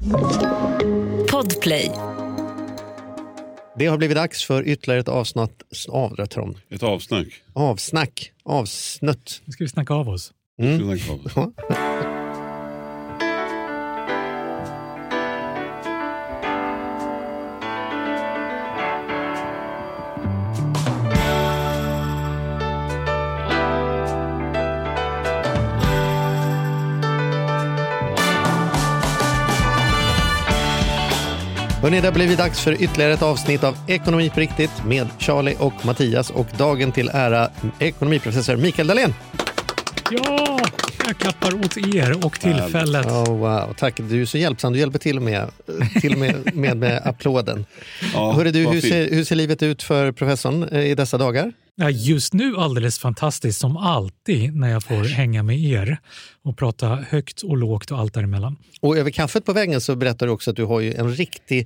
Podplay. Det har blivit dags för ytterligare ett avsnack. Nu ska vi snacka av oss. Hörrni, det har blivit dags för ytterligare ett avsnitt av Ekonomi på riktigt med Charlie och Mattias och dagen till ära ekonomiprofessor Mikael Dahlén. Ja, jag klappar åt er och tillfället. Wow, tack. Du är så hjälpsam. Du hjälper till med applåden. Ja, hörru du, hur ser livet ut för professorn i dessa dagar? Ja, just nu alldeles fantastiskt som alltid när jag får hänga med er och prata högt och lågt och allt däremellan. Och över kaffet på vägen så berättar du också att du har ju en riktig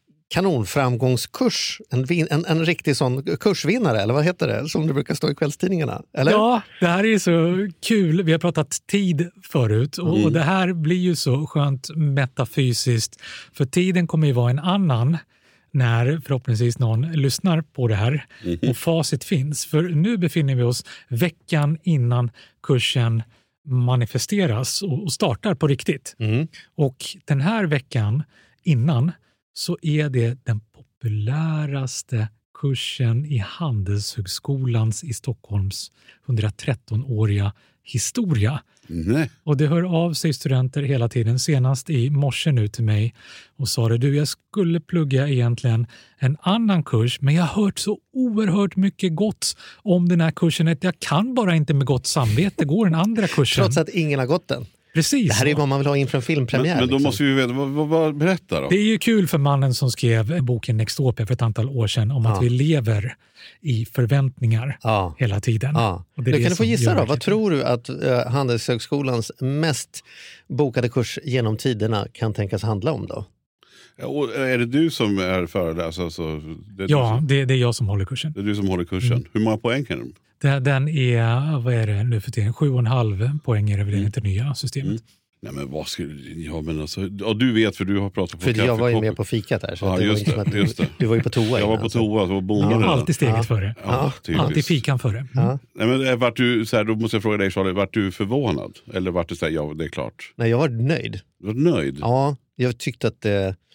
kanonframgångskurs, en riktig sån kursvinnare, eller vad heter det, som det brukar stå i kvällstidningarna, eller? Ja, det här är så kul. Vi har pratat tid förut och det här blir ju så skönt metafysiskt, för tiden kommer ju vara en annan när förhoppningsvis någon lyssnar på det här och facit finns. För nu befinner vi oss veckan innan kursen manifesteras och startar på riktigt. Och den här veckan innan så är det den populäraste kursen i Handelshögskolans i Stockholms 113-åriga historia. Och det hör av sig studenter hela tiden, senast i morse nu till mig och sa det, jag skulle plugga egentligen en annan kurs, men jag har hört så oerhört mycket gott om den här kursen att jag kan bara inte med gott samvete gå den andra kursen. Trots att ingen har gått den. Precis. Det här är vad man vill ha inför en filmpremiär. Men då måste vi veta, vad berätta då? Det är ju kul för mannen som skrev boken Nextopia för ett antal år sedan om att vi lever i förväntningar hela tiden. Och kan du få gissa då, vad tror du att Handelshögskolans mest bokade kurs genom tiderna kan tänkas handla om då? Och är det du som är föreläsare? Det är jag som håller kursen. Det är du som håller kursen. Hur många poäng kan du? Den är, vad är det nu för tiden? 7,5 poäng är det väl enligt det nya systemet. Nej, men vad skulle du vet, för du har pratat på för jag var ju med på fikat här. Så just det. Du var ju på toa. Jag var på toa och bommade. Alltid steget före. Alltid fikan före. Nej, men vart du, så här, då måste jag fråga dig, Charlie, vart du förvånad? Eller vart du säger, det är klart? Nej, jag var nöjd. Du var nöjd? Ja, jag tyckte att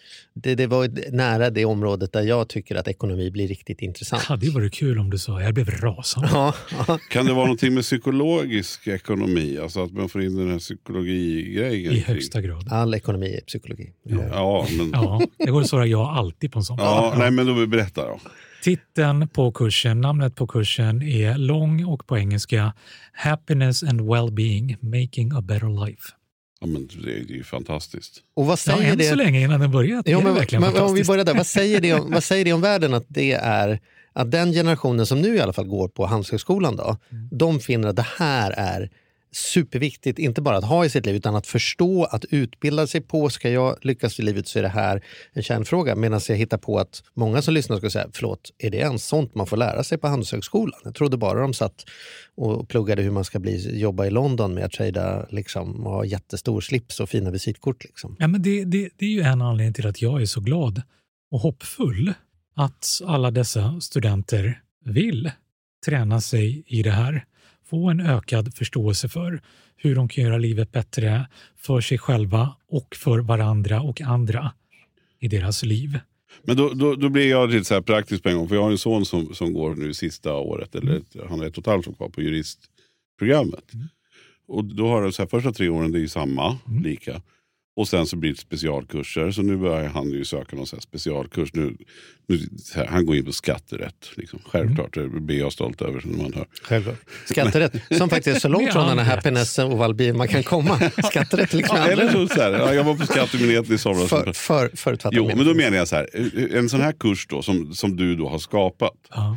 det var nära det området där jag tycker att ekonomi blir riktigt intressant. Ja, det var kul om du sa. Jag blev rasande. Kan det vara någonting med psykologisk ekonomi? Alltså att man får in den här psykologigrejen? I högsta grad. All ekonomi är psykologi. Ja, det går att svara jag alltid på en sån. Nej, men då vill berätta då. Titeln på kursen, namnet på kursen är lång och på engelska Happiness and Well-being, Making a Better Life. Ja, men det är ju fantastiskt. Och vad säger det? Så länge innan den börjat. Ja, men om vi börjar där, vad säger det om världen att det är att den generationen som nu i alla fall går på Handelshögskolan då, de finner att det här är superviktigt, inte bara att ha i sitt liv utan att förstå, att utbilda sig på. Ska jag lyckas i livet så är det här en kärnfråga. Medan jag hittar på att många som lyssnar ska säga, förlåt, är det ens sånt man får lära sig på Handelshögskolan? Jag trodde bara de satt och pluggade hur man ska jobba i London med att trada liksom, och ha jättestor slips och fina visitkort. Liksom. Ja, men det är ju en anledning till att jag är så glad och hoppfull att alla dessa studenter vill träna sig i det här. Få en ökad förståelse för hur de kan göra livet bättre för sig själva och för varandra och andra i deras liv. Men då blir jag lite så här praktisk på en gång. För jag har en son som går nu sista året. Eller han är 1,5 år kvar på juristprogrammet. Och då har det så här, första 3 åren det är ju samma, lika. Och sen så blir det specialkurser. Så nu börjar han ju söka någon så här specialkurs. Nu så här, han går in på skatterätt. Liksom. Självklart, det blir jag stolt över som man hör. Självklart. Skatterätt, som faktiskt är så långt från den här happiness och valbi man kan komma. Skatterätt liksom. Eller så här, jag var på skattemyndigheten i somras. Förutfattat. Men då menar jag så här, en sån här kurs då, som du då har skapat.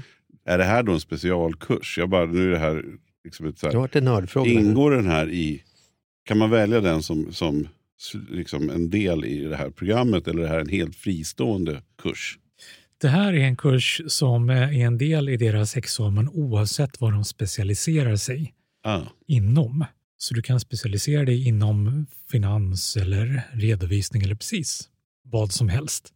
Är det här då en specialkurs? Nu är det här liksom ett så här, det är nördfråga. Ingår den här i, kan man välja den som liksom en del i det här programmet, eller är det här en helt fristående kurs? Det här är en kurs som är en del i deras examen oavsett vad de specialiserar sig inom. Så du kan specialisera dig inom finans eller redovisning eller precis vad som helst.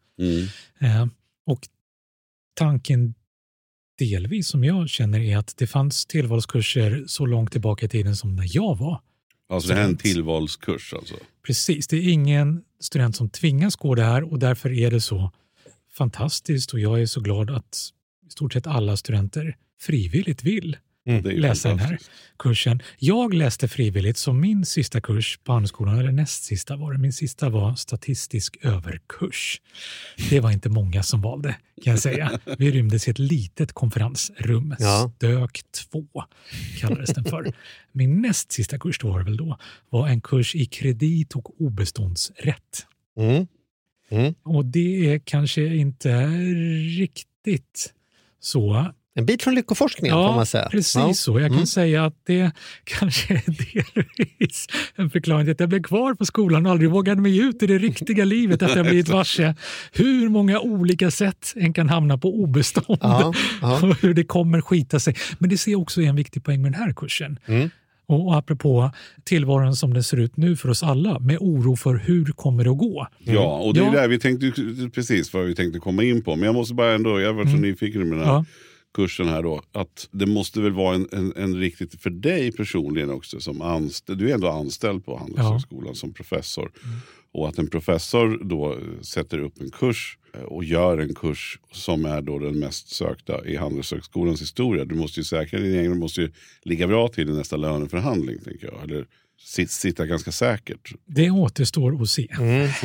Och tanken delvis som jag känner är att det fanns tillvalskurser så långt tillbaka i tiden som när jag var. Alltså det här är en tillvalskurs alltså? Precis, det är ingen student som tvingas gå det här och därför är det så fantastiskt och jag är så glad att i stort sett alla studenter frivilligt vill läsa den här kursen. Jag läste frivilligt som min sista kurs på Handelsskolan, eller näst sista var det. Min sista var statistisk överkurs. Det var inte många som valde, kan jag säga. Vi rymdes i ett litet konferensrum. Stök 2 kallades den för. Min näst sista kurs var en kurs i kredit- och obeståndsrätt. Och det är kanske inte riktigt så. En bit från lyckoforskningen får man säga. Precis så. Jag kan säga att det kanske är delvis en förklaring till att jag blev kvar på skolan och aldrig vågade mig ut i det riktiga livet efter att jag blivit varse hur många olika sätt en kan hamna på obestånd och hur det kommer skita sig. Men det ser också en viktig poäng med den här kursen. Och apropå tillvaron som det ser ut nu för oss alla, med oro för hur kommer det att gå. Ja, och det är där vi tänkte precis vad vi tänkte komma in på. Men jag måste bara ändå, jag var så nyfiken med den här kursen här då, att det måste väl vara en riktigt för dig personligen också som anställd. Du är ändå anställd på Handelshögskolan som professor. Och att en professor då sätter upp en kurs och gör en kurs som är då den mest sökta i Handelshögskolans historia. Du måste ju säkra din egen, du måste ju ligga bra till i nästa löneförhandling, tänker jag. Eller sitta ganska säkert. Det återstår att se.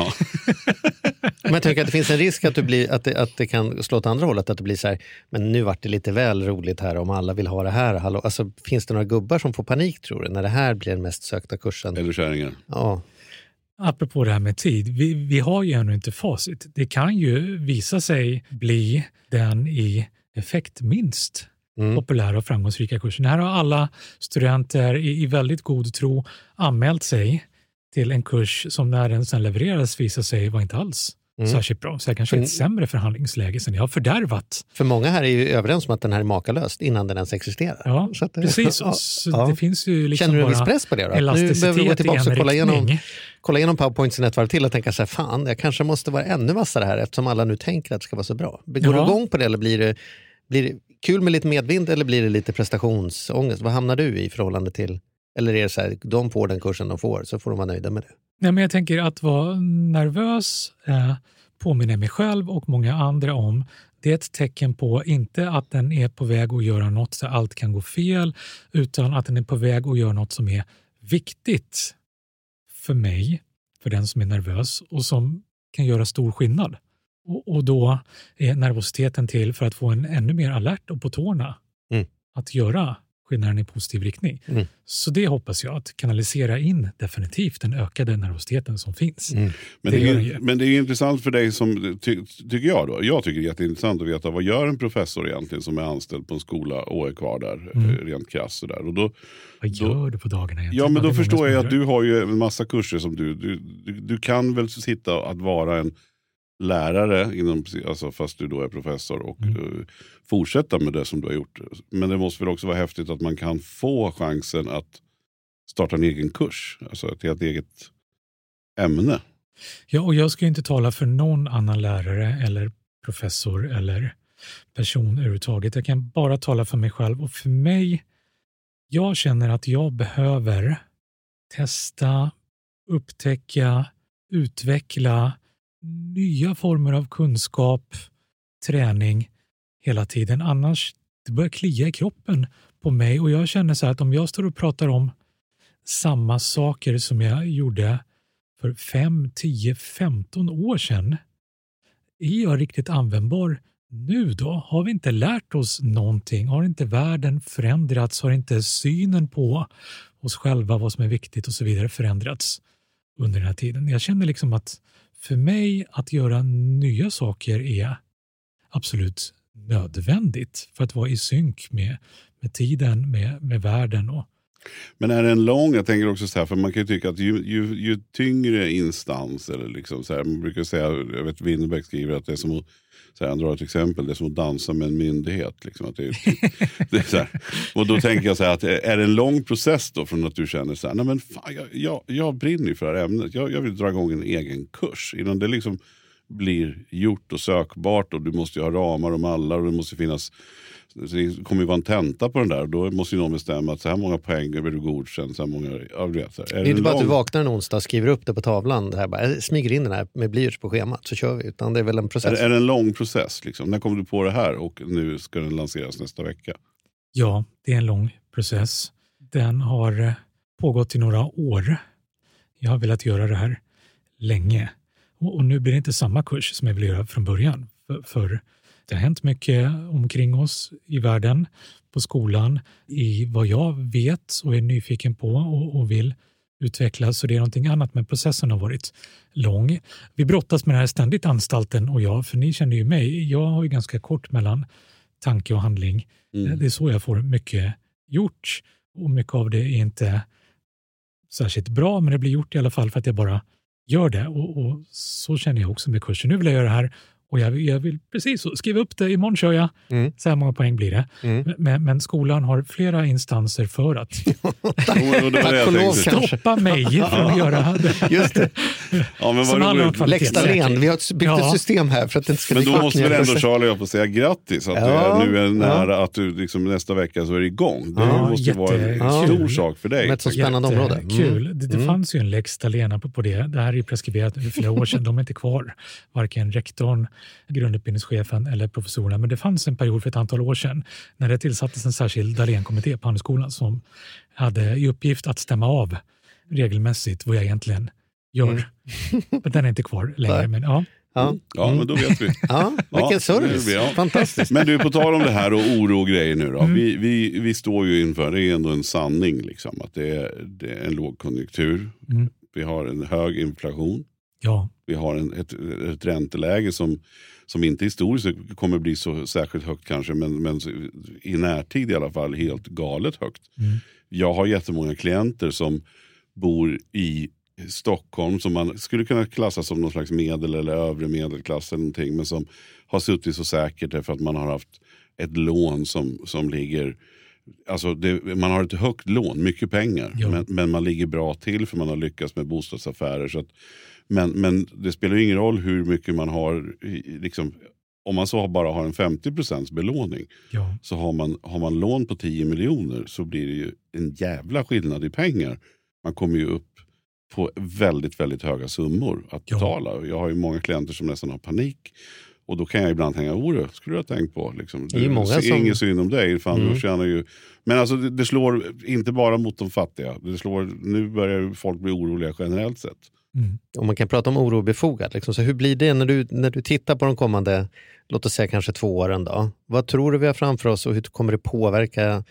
Men jag tänker att det finns en risk att, att det kan slå åt andra hållet, att det blir så här, men nu vart det lite väl roligt här om alla vill ha det här. Alltså, finns det några gubbar som får panik, tror du, när det här blir den mest sökta kursen? Eller kärringar. Ja. Apropå det här med tid, vi har ju ännu inte facit. Det kan ju visa sig bli den i effekt minst populära och framgångsrika kursen. Här har alla studenter i väldigt god tro anmält sig till en kurs som när den sedan levererades visar sig var inte alls särskilt bra. Så jag kanske är ett sämre förhandlingsläge sen jag har fördärvat. För många här är ju överens om att den här är makalöst innan den ens existerar. Ja, så att, precis. Det finns ju liksom. Känner du en viss press på det då? Nu behöver du gå tillbaka och kolla igenom PowerPointsen ett varv till och tänka så här, fan, jag kanske måste vara ännu vassare här eftersom alla nu tänker att det ska vara så bra. Går du igång på det eller blir det kul med lite medvind eller blir det lite prestationsångest? Vad hamnar du i förhållande till? Eller är det så här, de får den kursen de får, så får de vara nöjda med det? Nej, men jag tänker att vara nervös påminner mig själv och många andra om. Det är ett tecken på inte att den är på väg att göra något så allt kan gå fel, utan att den är på väg att göra något som är viktigt för mig, för den som är nervös och som kan göra stor skillnad. Och då är nervositeten till för att få en ännu mer alert och på tårna att göra skillnaden i positiv riktning. Så det hoppas jag att kanalisera in definitivt den ökade nervositeten som finns. Men det är intressant för dig som, tycker jag då. Jag tycker det är jätteintressant att veta vad gör en professor egentligen som är anställd på en skola och är kvar där, rent krasst sådär. Och då, vad gör du på dagarna egentligen? Ja, men då förstår jag att du har ju en massa kurser som du kan väl sitta att vara en lärare inom, alltså fast du då är professor och fortsätta med det som du har gjort. Men det måste väl också vara häftigt att man kan få chansen att starta en egen kurs, alltså till ett eget ämne. Ja, och jag ska inte tala för någon annan lärare eller professor eller person överhuvudtaget. Jag kan bara tala för mig själv och för mig, jag känner att jag behöver testa, upptäcka, utveckla nya former av kunskap, träning hela tiden. Annars det börjar klia i kroppen på mig och jag känner så här att om jag står och pratar om samma saker som jag gjorde för 5, 10, 15 år sedan, är jag riktigt användbar nu då? Har vi inte lärt oss någonting? Har inte världen förändrats? Har inte synen på oss själva, vad som är viktigt och så vidare förändrats under den här tiden? Jag känner liksom att för mig att göra nya saker är absolut nödvändigt för att vara i synk med tiden, med världen och Men är det en lång, jag tänker också så här, för man kan ju tycka att ju tyngre instans, eller liksom så här, man brukar säga, jag vet Winnerbäck skriver att det är som att, så här, han drar ett exempel, det är som att dansa med en myndighet. Liksom, att det är så här. Och då tänker jag så här, att är det en lång process då från att du känner så här, nej men fan, jag brinner för det här ämnet, jag vill dra igång en egen kurs, innan det liksom blir gjort och sökbart, och du måste ju ha ramar och mallar, och det måste finnas, det kommer ju vara en tenta på den där, och då måste ju någon bestämma att så här många poäng blir du godkänd, så här många avrätt. Det är inte bara att du vaknar en onsdag och skriver upp det på tavlan, det här bara, smyger in den här med blyerts på schemat så kör vi, utan det är väl en process. Är det en lång process liksom? När kommer du på det här och nu ska den lanseras nästa vecka? Ja, det är en lång process. Den har pågått i några år. Jag har velat göra det här länge. Och nu blir det inte samma kurs som jag ville göra från början. För det har hänt mycket omkring oss i världen, på skolan, i vad jag vet och är nyfiken på och vill utvecklas. Så det är någonting annat, men processen har varit lång. Vi brottas med den här ständigt, anstalten och jag, för ni känner ju mig. Jag har ju ganska kort mellan tanke och handling. Det är så jag får mycket gjort, och mycket av det är inte särskilt bra, men det blir gjort i alla fall för att jag bara gör det, och så känner jag också med kursen. Nu vill jag göra det här, och jag vill precis så, skriva upp det, imorgon kör jag. Så här många poäng blir det. Men skolan har flera instanser för att stoppa mig från att göra det. Just det. Ja, men vad Lex Dahlén, vi har byggt ett system här för att det inte ska bli. Men då måste väl ändå Charlie jag få säga grattis att du nu är nära, att du liksom nästa vecka så är igång. Det måste vara en stor sak för dig. Med ett så spännande område. Kul. Det fanns ju en Lex Dahlén på det. Det här är preskriberat för flera år sedan. De är inte kvar. Varken rektorn, grundutbildningschefen eller professorerna. Men det fanns en period för ett antal år sedan när det tillsattes en särskild Dahlén-kommitté på Handelsskolan som hade i uppgift att stämma av regelmässigt vad jag egentligen gör. Men den är inte kvar längre. Men men då vet vi. Vilken service. Fantastiskt. Men du, på tal om det här och oro och grejer nu då. Vi står ju inför, det är ändå en sanning liksom, att det är en lågkonjunktur. Vi har en hög inflation. Ja. Vi har ett ränteläge som inte historiskt kommer bli så särskilt högt kanske, men i närtid i alla fall helt galet högt. Jag har jättemånga klienter som bor i Stockholm som man skulle kunna klassa som någon slags medel- eller övre medelklass eller någonting, men som har suttit så säkert därför att man har haft ett lån som ligger, alltså man har ett högt lån, mycket pengar, men man ligger bra till för man har lyckats med bostadsaffärer, så att, men det spelar ju ingen roll hur mycket man har liksom, om man så bara har en 50% belåning, så har man lån på 10 miljoner så blir det ju en jävla skillnad i pengar. Man kommer ju upp på väldigt, väldigt höga summor att betala. Jag har ju många klienter som nästan har panik. Och då kan jag ibland tänka, skulle du ha tänkt på? Liksom, det är många som... Ingen syn om dig. Fan, du tjänar ju... Men alltså det slår inte bara mot de fattiga. Nu börjar folk bli oroliga generellt sett. Och man kan prata om oro befogat. Liksom. Så hur blir det när du tittar på de kommande, låt oss säga kanske 2 åren då? Vad tror du vi har framför oss och hur kommer det påverka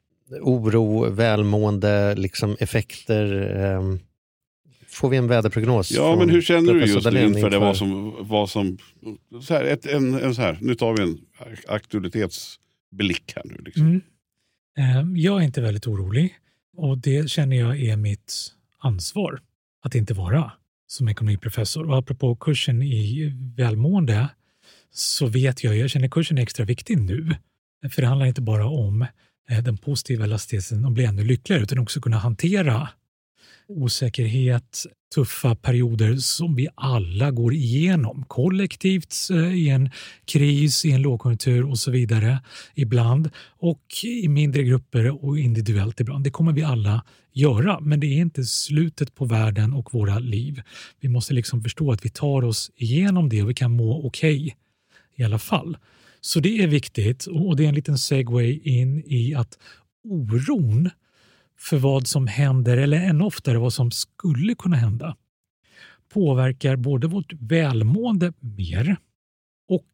oro, välmående, liksom effekter? Får vi en väderprognos? Ja, men hur känner du just inför det vad som så här, så här, nu tar vi en aktualitetsblick här nu liksom. Jag är inte väldigt orolig, och det känner jag är mitt ansvar att inte vara som ekonomiprofessor. Och apropå kursen i välmående, så vet jag känner kursen är extra viktig nu, för det handlar inte bara om den positiva elasticiteten och bli ännu lyckligare, utan också kunna hantera osäkerhet, tuffa perioder som vi alla går igenom kollektivt i en kris, i en lågkonjunktur och så vidare ibland, och i mindre grupper och individuellt ibland. Det kommer vi alla göra, men det är inte slutet på världen och våra liv. Vi måste liksom förstå att vi tar oss igenom det och vi kan må okej i alla fall. Så det är viktigt, och det är en liten segway in i att oron för vad som händer, eller än oftare vad som skulle kunna hända, påverkar både vårt välmående mer och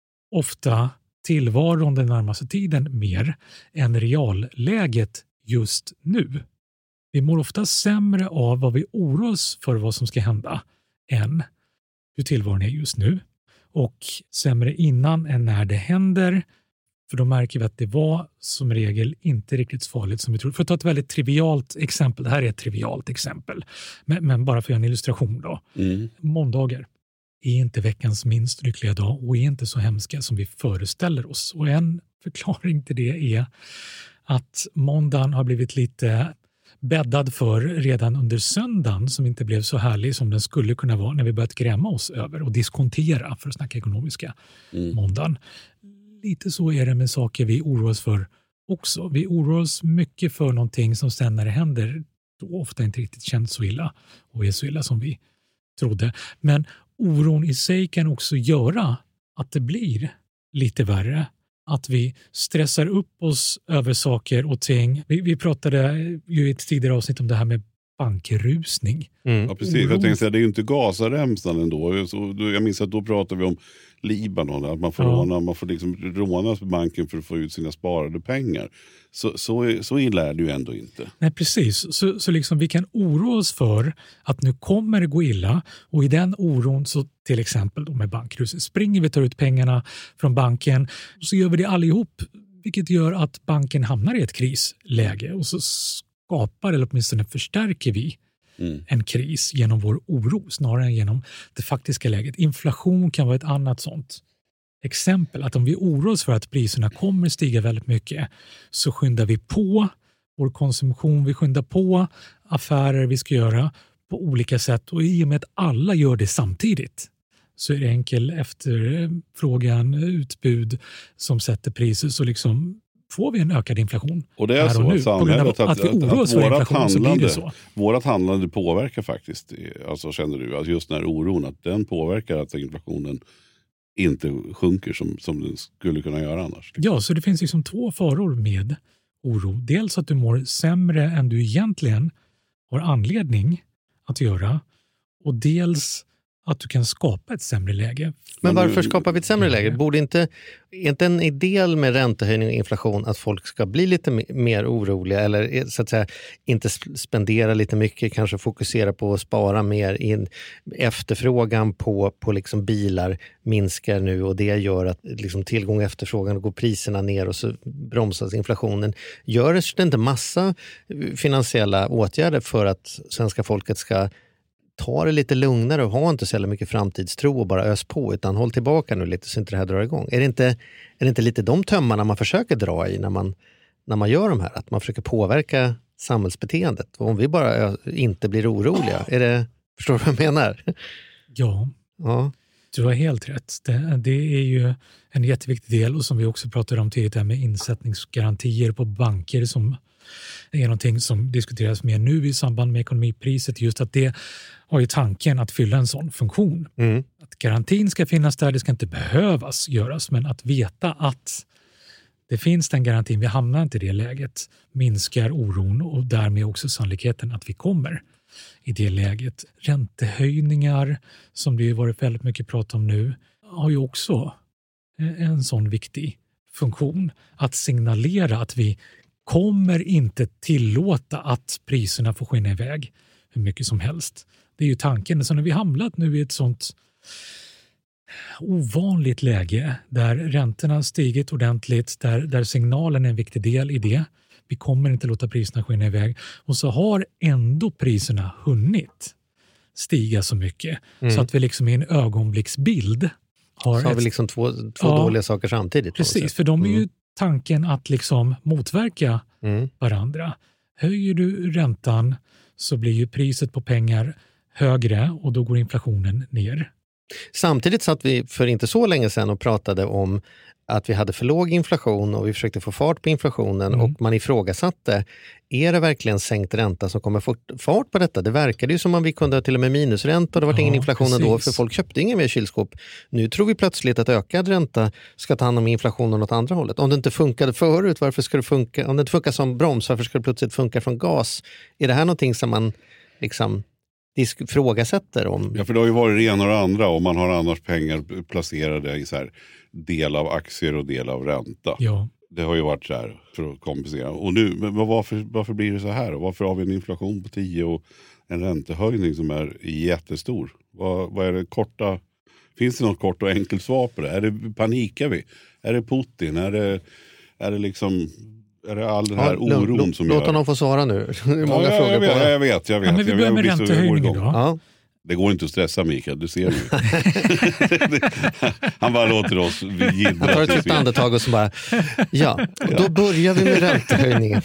ofta tillvaron den närmaste tiden mer än realläget just nu. Vi mår ofta sämre av vad vi oroar oss för vad som ska hända än hur tillvaron är just nu, och sämre innan än när det händer. För då märker vi att det var som regel inte riktigt så farligt som vi tror. För att ta ett väldigt trivialt exempel, det här är ett trivialt exempel, men bara för en illustration då. Måndagar är inte veckans minst lyckliga dag och är inte så hemska som vi föreställer oss. Och en förklaring till det är att måndagen har blivit lite bäddad för redan under söndagen, som inte blev så härlig som den skulle kunna vara när vi börjat gräma oss över och diskontera, för att snacka ekonomiska, måndagen. Lite så är det med saker vi oroar oss för också. Vi oroar oss mycket för någonting som sen när det händer då ofta inte riktigt känns så illa och är så illa som vi trodde. Men oron i sig kan också göra att det blir lite värre. Att vi stressar upp oss över saker och ting. Vi pratade ju i ett tidigare avsnitt om det här med bankrusning. Ja, precis. Jag tänkte säga, det är ju inte Gazaremsan ändå. Jag minns att då pratade vi om Libanon, att man får liksom rånas på banken för att få ut sina sparade pengar. Så illa är det ju ändå inte. Nej, precis. Så liksom vi kan oroa oss för att nu kommer det gå illa, och i den oron så till exempel då med bankrusning springer vi, tar ut pengarna från banken, så gör vi det allihop, vilket gör att banken hamnar i ett krisläge, och så skapar eller åtminstone förstärker vi en kris genom vår oro snarare än genom det faktiska läget. Inflation kan vara ett annat sånt exempel, att om vi oroar oss för att priserna kommer stiga väldigt mycket, så skyndar vi på vår konsumtion, vi skyndar på affärer vi ska göra på olika sätt, och i och med att alla gör det samtidigt så är det enkel efterfrågan, utbud som sätter priser, så liksom får vi en ökad inflation. Och det är så att samhället, att vi oroar oss för inflation, så blir det så. Vårat handlande påverkar faktiskt, alltså känner du, att just den här oron, att den påverkar att inflationen inte sjunker som den skulle kunna göra annars. Ja, så det finns liksom två faror med oro. Dels att du mår sämre än du egentligen har anledning att göra, och dels att du kan skapa ett sämre läge. Men varför skapar vi ett sämre läge? Borde inte en idé med räntehöjning och inflation att folk ska bli lite mer oroliga, eller så att säga inte spendera lite mycket, kanske fokusera på att spara mer in. Efterfrågan på liksom bilar minskar nu, och det gör att liksom tillgång och efterfrågan, går priserna ner och så bromsas inflationen. Görs det inte massa finansiella åtgärder för att svenska folket ska ta det lite lugnare och ha inte så mycket framtidstro och bara ös på, utan håll tillbaka nu lite så inte det här drar igång? Är det inte lite de tömmarna man försöker dra i när man gör de här? Att man försöker påverka samhällsbeteendet? Och om vi bara inte blir oroliga, förstår du vad jag menar? Ja. Du har helt rätt. Det är ju en jätteviktig del, och som vi också pratade om tidigare med insättningsgarantier på banker, som är någonting som diskuteras mer nu i samband med ekonomipriset. Just att det har ju tanken att fylla en sån funktion. Att garantin ska finnas där, det ska inte behövas göras, men att veta att det finns den garantin, vi hamnar inte i det läget, minskar oron och därmed också sannolikheten att vi kommer i det läget. Räntehöjningar, som det ju varit väldigt mycket prat om nu, har ju också en sån viktig funktion. Att signalera att vi kommer inte tillåta att priserna får skena iväg hur mycket som helst. Det är ju tanken. Så när vi hamnat nu i ett sånt ovanligt läge där räntorna stigit ordentligt, där signalen är en viktig del i det. Vi kommer inte låta priserna skena iväg. Och så har ändå priserna hunnit stiga så mycket så att vi liksom i en ögonblicksbild har vi liksom två dåliga saker samtidigt. Precis, för de är ju tanken att liksom motverka varandra. Höjer du räntan så blir ju priset på pengar högre, och då går inflationen ner. Samtidigt satt vi för inte så länge sedan och pratade om att vi hade för låg inflation, och vi försökte få fart på inflationen och man ifrågasatte, är det verkligen sänkt ränta som kommer få fart på detta? Det verkade ju som om vi kunde ha till och med minusränta, och det var ingen inflation ändå, för folk köpte ingen mer kylskåp. Nu tror vi plötsligt att ökad ränta ska ta hand om inflationen åt andra hållet. Om det inte funkade förut, varför ska det funka? Om det inte funkar som broms, varför ska det plötsligt funka från gas? Är det här någonting som man liksom frågasätter om? Ja, för det har ju varit det ena och det andra, och man har annars pengar placerade i så här del av aktier och del av ränta. Ja. Det har ju varit så här för att kompensera. Och nu, men varför blir det så här? Varför har vi en inflation på 10 och en räntehöjning som är jättestor? Vad är det korta Finns det något kort och enkelt svar på det? Panikar vi? Är det Putin? Är det liksom... Är det all den här oron som gör... Låt honom få svara nu. Det är många frågor på det. Jag vet. Ja, men vi börjar med räntehöjningen då. Ja. Det går inte att stressa Mikael, du ser ju. Han bara låter oss Han tar ett djupt andetag och så bara, då börjar vi med räntehöjningen.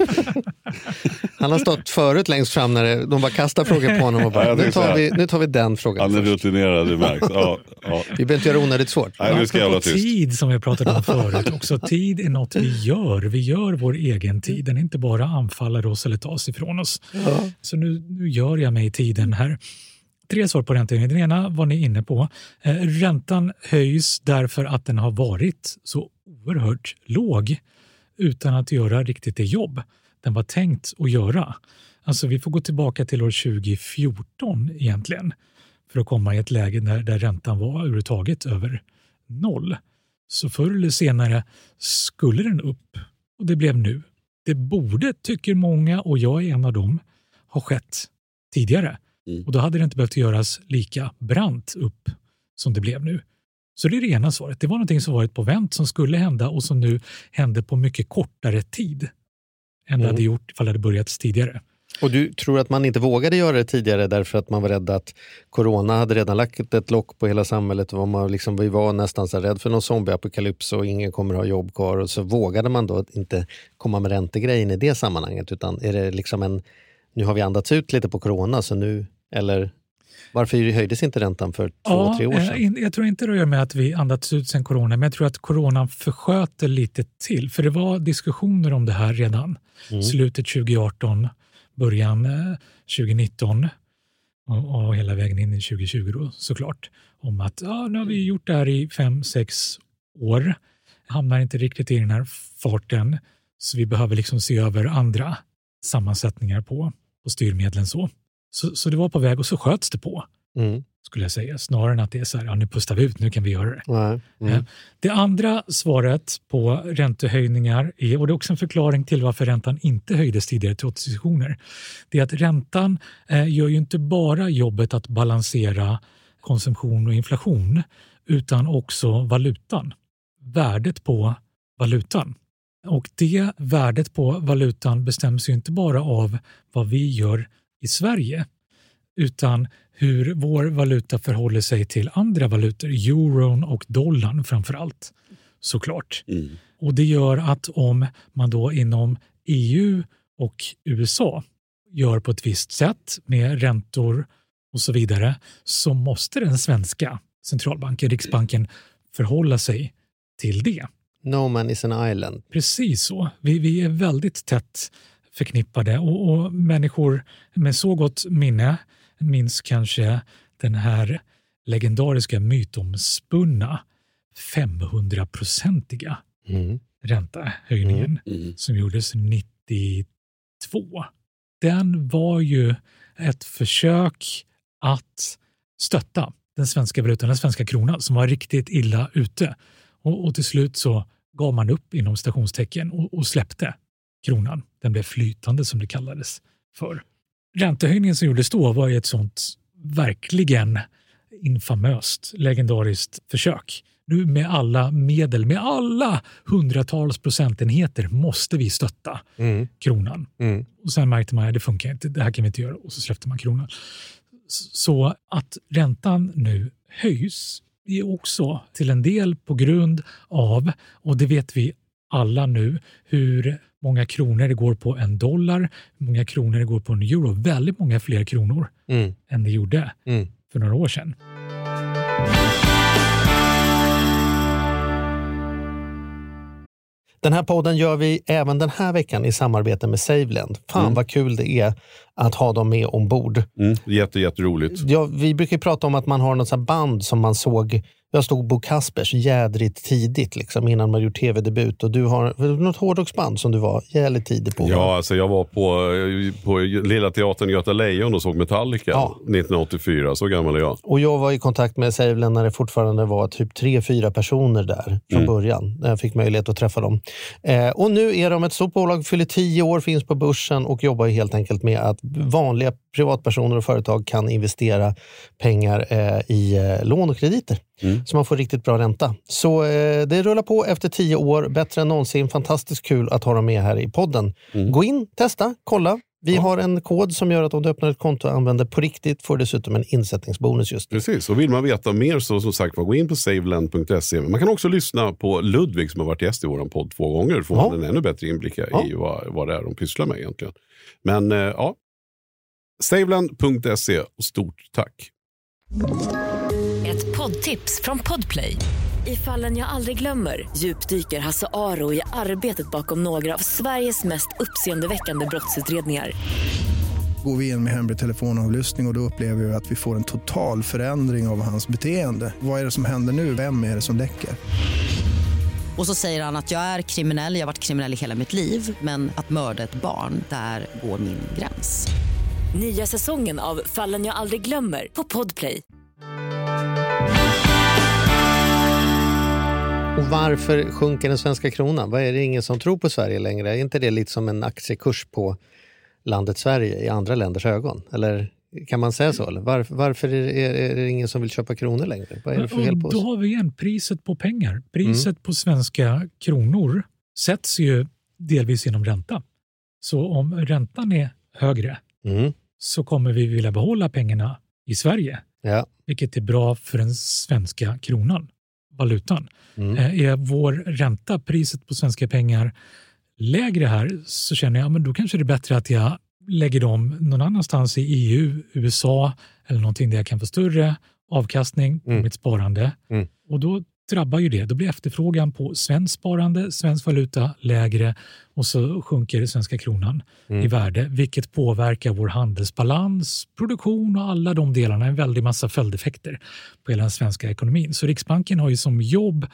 Han har stått förut längst fram när de bara kastar frågor på honom och bara, nu tar vi den frågan. Han är rutinerad, det märks. Ja. Vi behöver inte göra onödigt svårt. Nej, nu ska jag vara tyst. Tid som vi pratade om förut. Också tid är något vi gör. Vi gör vår egen tid. Den inte bara anfaller oss eller tas ifrån oss. Ja. Så nu gör jag mig tiden här. 3 svar på räntehöjningen. Den ena var ni inne på. Räntan höjs därför att den har varit så oerhört låg utan att göra riktigt det jobb den var tänkt att göra. Alltså vi får gå tillbaka till år 2014 egentligen för att komma i ett läge där räntan var överhuvudtaget över 0. Så förr eller senare skulle den upp och det blev nu. Det borde, tycker många, och jag är en av dem, ha skett tidigare. Och då hade det inte behövt göras lika brant upp som det blev nu. Så det är det ena svaret. Det var någonting som varit på vänt som skulle hända och som nu hände på mycket kortare tid än det hade gjort ifall det hade börjat tidigare. Och du tror att man inte vågade göra det tidigare därför att man var rädd att corona hade redan lagt ett lock på hela samhället och vi var nästan så rädd för någon zombieapokalyps och ingen kommer ha jobb kvar och så vågade man då inte komma med räntegrejen i det sammanhanget utan är det liksom nu har vi andats ut lite på corona så nu, eller varför höjdes inte räntan för 2-3 år sedan? Jag tror inte det gör med att vi andats ut sen corona, men jag tror att coronan försköter lite till. För det var diskussioner om det här redan. Slutet 2018, början 2019 och hela vägen in i 2020 då, såklart. Om att nu har vi gjort det här i 5-6 år. Hamnar inte riktigt i den här farten så vi behöver liksom se över andra sammansättningar på styrmedlen så det var på väg och så sköts det på, skulle jag säga. Snarare än att det är så här, nu pustar vi ut, nu kan vi göra det. Det andra svaret på räntehöjningar är, och det är också en förklaring till varför räntan inte höjdes tidigare till 80 sessioner, det är att räntan gör ju inte bara jobbet att balansera konsumtion och inflation, utan också valutan. Värdet på valutan. Och det värdet på valutan bestäms ju inte bara av vad vi gör i Sverige utan hur vår valuta förhåller sig till andra valutor, euron och dollarn framförallt, såklart. Och det gör att om man då inom EU och USA gör på ett visst sätt med räntor och så vidare så måste den svenska centralbanken, Riksbanken, förhålla sig till det. No man is an island. Precis så. Vi är väldigt tätt förknippade och människor med så gott minne minns kanske den här legendariska mytomspunna 500-procentiga räntehöjningen som gjordes 92. Den var ju ett försök att stötta den svenska valutan, den svenska kronan som var riktigt illa ute. Och till slut så gav man upp inom stationstecken och släppte kronan. Den blev flytande som det kallades för. Räntehöjningen som gjordes då var ju ett sånt verkligen infamöst, legendariskt försök. Nu med alla medel, med alla hundratals procentenheter måste vi stötta kronan. Och sen märkte man att det funkar inte, det här kan vi inte göra och så släppte man kronan. Så att räntan nu höjs är också till en del på grund av, och det vet vi alla nu, hur många kronor det går på en dollar, hur många kronor det går på en euro. Väldigt många fler kronor än det gjorde för några år sedan. Den här podden gör vi även den här veckan i samarbete med SaveLend. Fan vad kul det är att ha dem med ombord. Jätteroligt. Ja, vi brukar prata om att man har något sånt band som man såg Jag stod Bo Kaspers jädrigt tidigt liksom, innan man gjort tv-debut. Och du har något hårdrocksband som du var jävligt tidig på. Ja, alltså jag var på Lilla Teatern Göta Lejon och såg Metallica 1984. Så gammal är jag. Och jag var i kontakt med Saveland när det fortfarande var typ 3-4 personer där från början. När jag fick möjlighet att träffa dem. Och nu är de ett stort bolag, fyller 10 år, finns på börsen och jobbar helt enkelt med att vanliga privatpersoner och företag kan investera pengar i lån och krediter. Så man får riktigt bra ränta. Så det rullar på efter 10 år, bättre än någonsin. Fantastiskt kul att ha dem med här i podden. Gå in, testa, kolla. Vi har en kod som gör att om du öppnar ett konto och använder på riktigt får du dessutom en insättningsbonus just nu. Precis, och vill man veta mer så som sagt gå in på saveland.se. Man kan också lyssna på Ludvig som har varit gäst i våran podd 2 gånger. Får man en ännu bättre inblick i vad det är de pysslar med egentligen. Men ja, saveland.se och stort tack. Ett poddtips från Podplay. I Fallen jag aldrig glömmer djupdyker Hasse Aro i arbetet bakom några av Sveriges mest uppseendeväckande brottsutredningar. Går vi in med hemlig telefonavlyssning och då upplever vi att vi får en total förändring av hans beteende. Vad är det som händer nu? Vem är det som läcker? Och så säger han att jag är kriminell, jag har varit kriminell i hela mitt liv. Men att mörda ett barn, där går min gräns. Nya säsongen av Fallen jag aldrig glömmer på Podplay. Och varför sjunker den svenska kronan? Vad är det ingen som tror på Sverige längre? Är inte det lite som en aktiekurs på landet Sverige i andra länders ögon? Eller kan man säga så? Eller? Varför är det ingen som vill köpa kronor längre? Vad är det för fel på oss? Då har vi igen priset på pengar. Priset på svenska kronor sätts ju delvis genom ränta. Så om räntan är högre så kommer vi vilja behålla pengarna i Sverige. Ja. Vilket är bra för den svenska kronan, valutan. Är vår ränta, priset på svenska pengar, lägre här så känner jag men då kanske det är bättre att jag lägger dem någon annanstans i EU, USA eller någonting där jag kan få större avkastning på mitt sparande. Och då drabbar ju det. Då blir efterfrågan på svensk sparande, svensk valuta lägre och så sjunker den svenska kronan i värde, vilket påverkar vår handelsbalans, produktion och alla de delarna. En väldig massa följdeffekter på hela den svenska ekonomin. Så Riksbanken har ju som jobb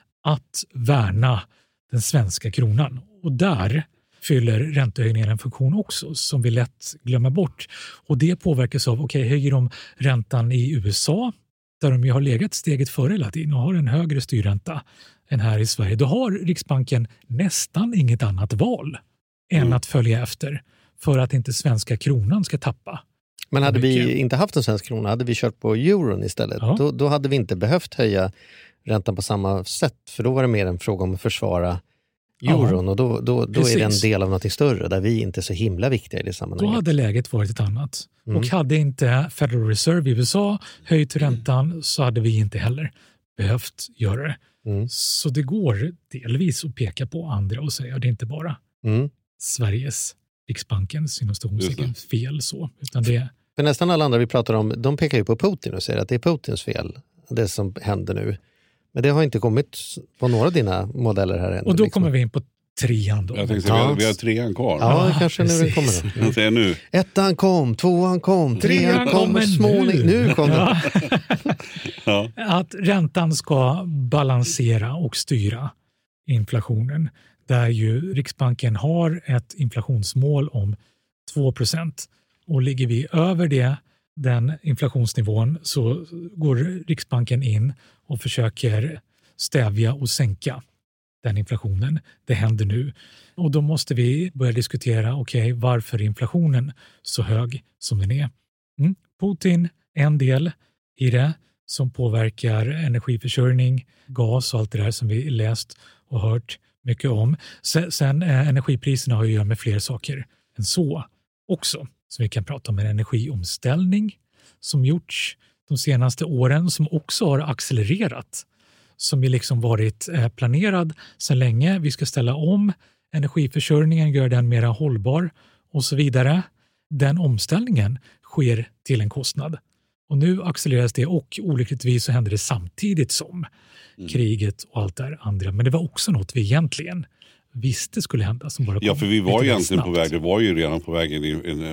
att värna den svenska kronan. Och där fyller räntehöjningen en funktion också som vi lätt glömmer bort. Och det påverkas av, höjer de räntan i USA där de ju har legat steget före hela tiden och har en högre styrränta än här i Sverige. Då har Riksbanken nästan inget annat val än att följa efter för att inte svenska kronan ska tappa. Men hade vi inte haft en svensk krona, hade vi kört på euron istället, då hade vi inte behövt höja räntan på samma sätt. För då var det mer en fråga om att försvara euron och då är det en del av något större där vi inte är så himla viktiga i det sammanhanget. Då hade läget varit ett annat. Och hade inte Federal Reserve i USA höjt räntan så hade vi inte heller behövt göra det. Så det går delvis att peka på andra och säga det är inte bara Sveriges Riksbankens fel så. Utan det... För nästan alla andra vi pratar om, de pekar ju på Putin och säger att det är Putins fel, det som händer nu. Men det har inte kommit på några av dina modeller här än. Och då kommer vi in på 3:an då. Jag tänkte säga, vi har 3:an kvar. Ja, kanske nu den kommer då. Jag säger nu. 1:an kom, 2:an kom, 3:an kom, småning. Nu kom den. Att räntan ska balansera och styra inflationen. Där ju Riksbanken har ett inflationsmål om 2%. Och ligger vi över den inflationsnivån så går Riksbanken in och försöker stävja och sänka den inflationen. Det händer nu. Och då måste vi börja diskutera varför är inflationen så hög som den är. Putin är en del i det som påverkar energiförsörjning, gas och allt det där som vi läst och hört mycket om. Sen energipriserna har ju att göra med fler saker än så också. Så vi kan prata om en energiomställning som gjorts de senaste åren som också har accelererat. Som ju liksom varit planerad sedan länge. Vi ska ställa om energiförsörjningen, göra den mer hållbar och så vidare. Den omställningen sker till en kostnad. Och nu accelereras det och olyckligtvis så händer det samtidigt som kriget och allt det andra. Men det var också något vi egentligen visste skulle hända. Som bara för vi var egentligen snabbt. på väg, det var ju redan på väg,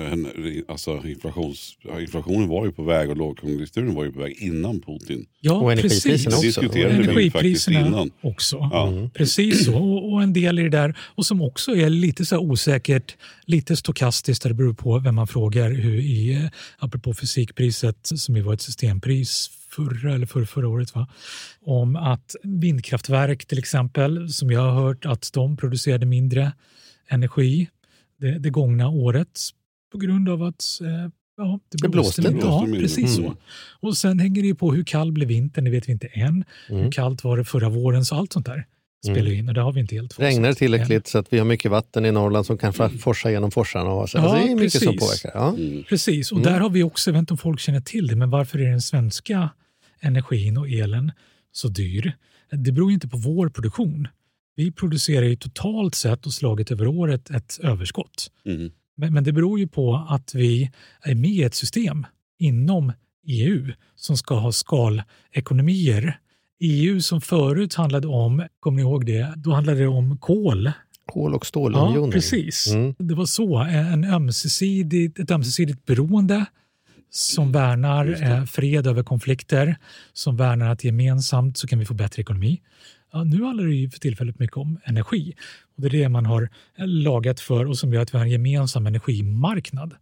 inflationen var ju på väg och lågkonjunkturen var ju på väg innan Putin. Ja, och energipriserna precis. också. Energipriserna också. Ja. Precis så. Och en del i det där, och som också är lite så här osäkert, lite stokastiskt, där det beror på vem man frågar, hur apropå fysikpriset som ju var ett systempris förra året, om att vindkraftverk till exempel, som jag har hört att de producerade mindre energi det gångna året på grund av att det blåste lite. Ja, precis så. Och sen hänger det ju på hur kall blev vintern, det vet vi inte än. Hur kallt var det förra våren, så allt sånt där spelar in, och det har vi inte helt fått. Regnar tillräckligt så att vi har mycket vatten i Norrland som kan forsa genom forsarna. Och så. Ja, alltså det är mycket precis. som påverkar. Ja. Precis, och där har vi också, jag vet inte om folk känner till det, men varför är den svenska energin och elen så dyr? Det beror ju inte på vår produktion. Vi producerar ju totalt sett och slaget över året ett överskott. Men det beror ju på att vi är med i ett system inom EU som ska ha skalekonomier. EU som förut handlade om, kommer ni ihåg det, då handlade det om kol. Kol- och stålunionen. Ja, precis. Det var så, ett ömsesidigt beroende som värnar fred över konflikter, som värnar att gemensamt så kan vi få bättre ekonomi. Ja, nu handlar det ju för tillfället mycket om energi. Och det är det man har lagat för, och som gör att vi har en gemensam energimarknad.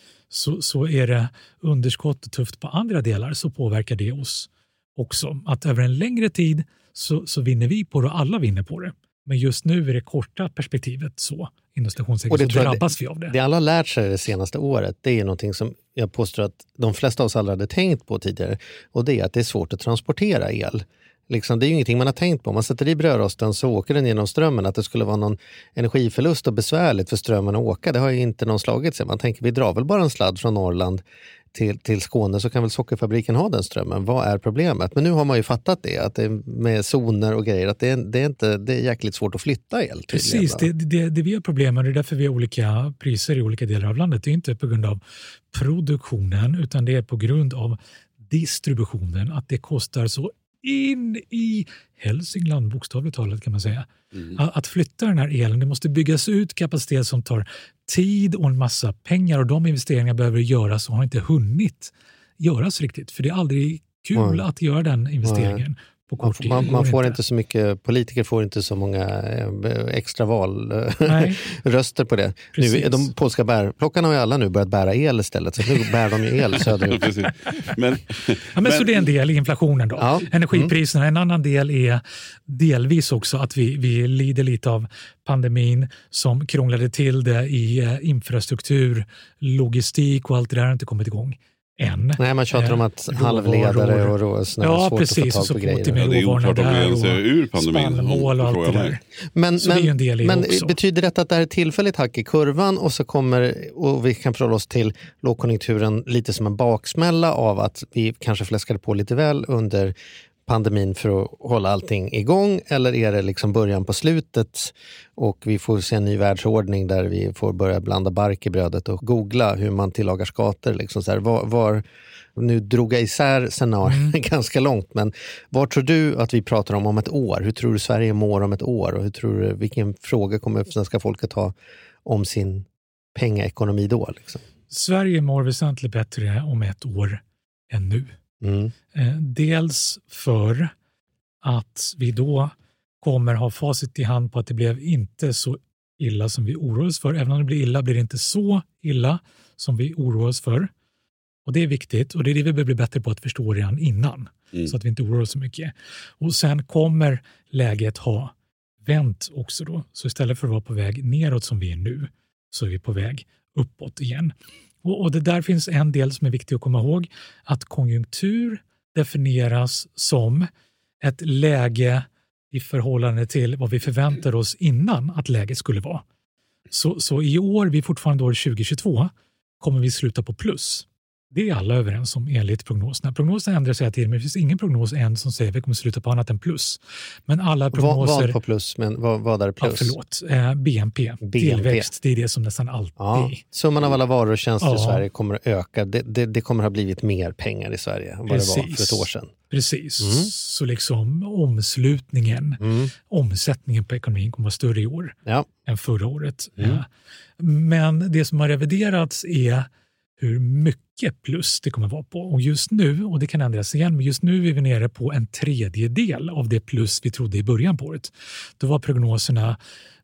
Så är det underskott och tufft på andra delar, så påverkar det oss också. Att över en längre tid så vinner vi på det, och alla vinner på det. Men just nu är det korta perspektivet så, inom stationstecken, så drabbas vi av det. Det alla har lärt sig det senaste året, det är någonting som jag påstår att de flesta av oss aldrig hade tänkt på tidigare. Och det är att det är svårt att transportera el. Liksom, det är ju ingenting man har tänkt på. Om man sätter i brödrosten så åker den genom strömmen. Att det skulle vara någon energiförlust och besvärligt för strömmen att åka, det har ju inte någon slagit sig. Man tänker, vi drar väl bara en sladd från Norrland till Skåne, så kan väl sockerfabriken ha den strömmen. Vad är problemet? Men nu har man ju fattat det, att det med zoner och grejer, att det är jäkligt svårt att flytta el. Precis, det vi har problem med, det är därför vi har olika priser i olika delar av landet. Det är inte på grund av produktionen, utan det är på grund av distributionen, att det kostar så in i Hälsingland, bokstavligt talat kan man säga. Att flytta den här elen, det måste byggas ut kapacitet som tar tid och en massa pengar, och de investeringar behöver göras och har inte hunnit göras riktigt, för det är aldrig kul att göra den investeringen. Man får inte så mycket, politiker får inte så många extra valröster på det. Nu, de polska bärplockarna har ju alla nu börjat bära el istället, så nu bär de ju el söderut. men så det är en del i inflationen då. Ja. Energipriserna. En annan del är delvis också att vi lider lite av pandemin som krånglade till det i infrastruktur, logistik och allt det där har inte kommit igång än. Nej, man tjatar om att halvledare och råsnär är svårt att få tag på grejer. Ja, det är oklart om vi ens är ur pandemin. Och allt det där. Men betyder detta att det här är tillfälligt hack i kurvan och vi kan förhålla oss till lågkonjunkturen lite som en baksmälla av att vi kanske fläskade på lite väl under pandemin för att hålla allting igång, eller är det liksom början på slutet och vi får se en ny världsordning där vi får börja blanda bark i brödet och googla hur man tillagar skator liksom så här, nu drog jag isär scenariot ganska långt, men vad tror du att vi pratar om ett år? Hur tror du Sverige mår om ett år, och hur tror du, vilken fråga kommer svenska folket ha om sin pengaekonomi då liksom? Sverige mår väsentligt bättre om ett år än nu. Dels för att vi då kommer ha facit i hand på att det blev inte så illa som vi oroas för. Även om det blir illa blir det inte så illa som vi oroas för. Och det är viktigt, och det är det vi behöver bli bättre på att förstå redan innan. Så att vi inte oroar oss så mycket. Och sen kommer läget ha vänt också då. Så istället för att vara på väg neråt som vi är nu, så är vi på väg uppåt igen. Och det där finns en del som är viktig att komma ihåg, att konjunktur definieras som ett läge i förhållande till vad vi förväntar oss innan att läget skulle vara. Så i år, vi är fortfarande år 2022, kommer vi sluta på plus. Det är alla överens om enligt prognoserna. Prognoserna ändrar sig till, men det finns ingen prognos än som säger att vi kommer sluta på annat än plus. Men alla prognoser... Vad på plus? Men vad är plus? Ja, förlåt. BNP. Tillväxt, det är det som nästan alltid... Ja. Summan av alla varor och tjänster i Sverige kommer att öka. Det kommer att ha blivit mer pengar i Sverige än vad det var för ett år sedan. Precis. Så liksom omslutningen, omsättningen på ekonomin kommer att vara större i år än förra året. Men det som har reviderats är hur mycket plus det kommer vara på. Och just nu, och det kan ändras igen, men just nu är vi nere på 1/3 av det plus vi trodde i början på året. Då var prognoserna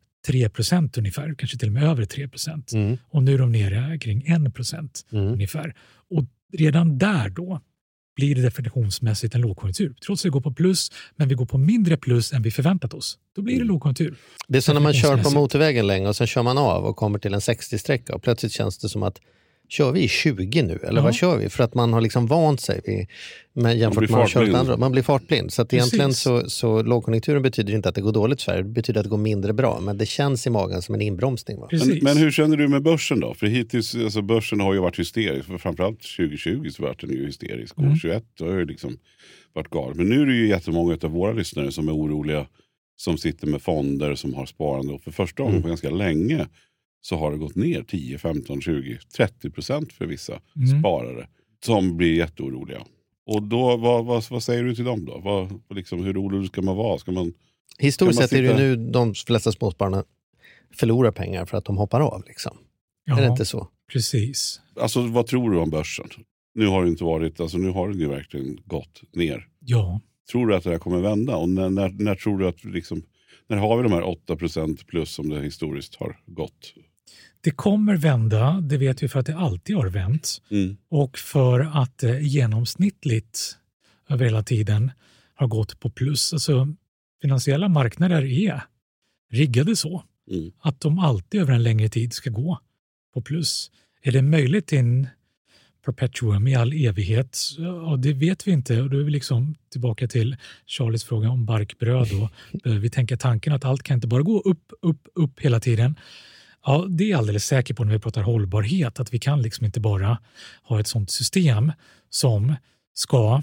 3% ungefär, kanske till och med över 3%. Och nu är de nere kring 1% ungefär. Och redan där då blir det definitionsmässigt en lågkonjunktur. Trots att vi går på plus, men vi går på mindre plus än vi förväntat oss. Då blir det lågkonjunktur. Det är som när man kör på motorvägen länge och sen kör man av och kommer till en 60-sträcka och plötsligt känns det som att kör vi i 20 nu? Eller vad kör vi? För att man har liksom vant sig jämfört med att kört andra. Man blir fartblind. Så att egentligen så lågkonjunkturen betyder inte att det går dåligt för det. Det betyder att det går mindre bra. Men det känns i magen som en inbromsning. Va? Men hur känner du med börsen då? För hittills, alltså börsen har ju varit hysterisk. För framförallt 2020 så var den ju hysterisk. Och 2021 har ju liksom varit galet. Men nu är det ju jättemånga av våra lyssnare som är oroliga. Som sitter med fonder, som har sparande. Och för första gången på ganska länge så har det gått ner 10, 15, 20, 30% för vissa sparare som blir jätteoroliga. Och då, vad säger du till dem då? Hur orolig ska man vara? Historiskt sett är det ju nu de flesta småspararna förlorar pengar för att de hoppar av. Liksom. Är det inte så? Precis. Alltså vad tror du om börsen? Nu har det inte varit, alltså nu har det ju verkligen gått ner. Ja. Tror du att det här kommer vända? Och när tror du att när har vi de här 8% plus som det historiskt har gått? Det kommer vända, det vet vi för att det alltid har vänt. Och för att genomsnittligt över hela tiden har gått på plus. Alltså finansiella marknader är riggade så att de alltid över en längre tid ska gå på plus. Är det möjligt i en perpetuum i all evighet? Ja, det vet vi inte. Och då är vi liksom tillbaka till Charlies fråga om barkbröd. Och vi tänker tanken att allt kan inte bara gå upp hela tiden. Ja, det är jag alldeles säker på när vi pratar hållbarhet. Att vi kan liksom inte bara ha ett sånt system som ska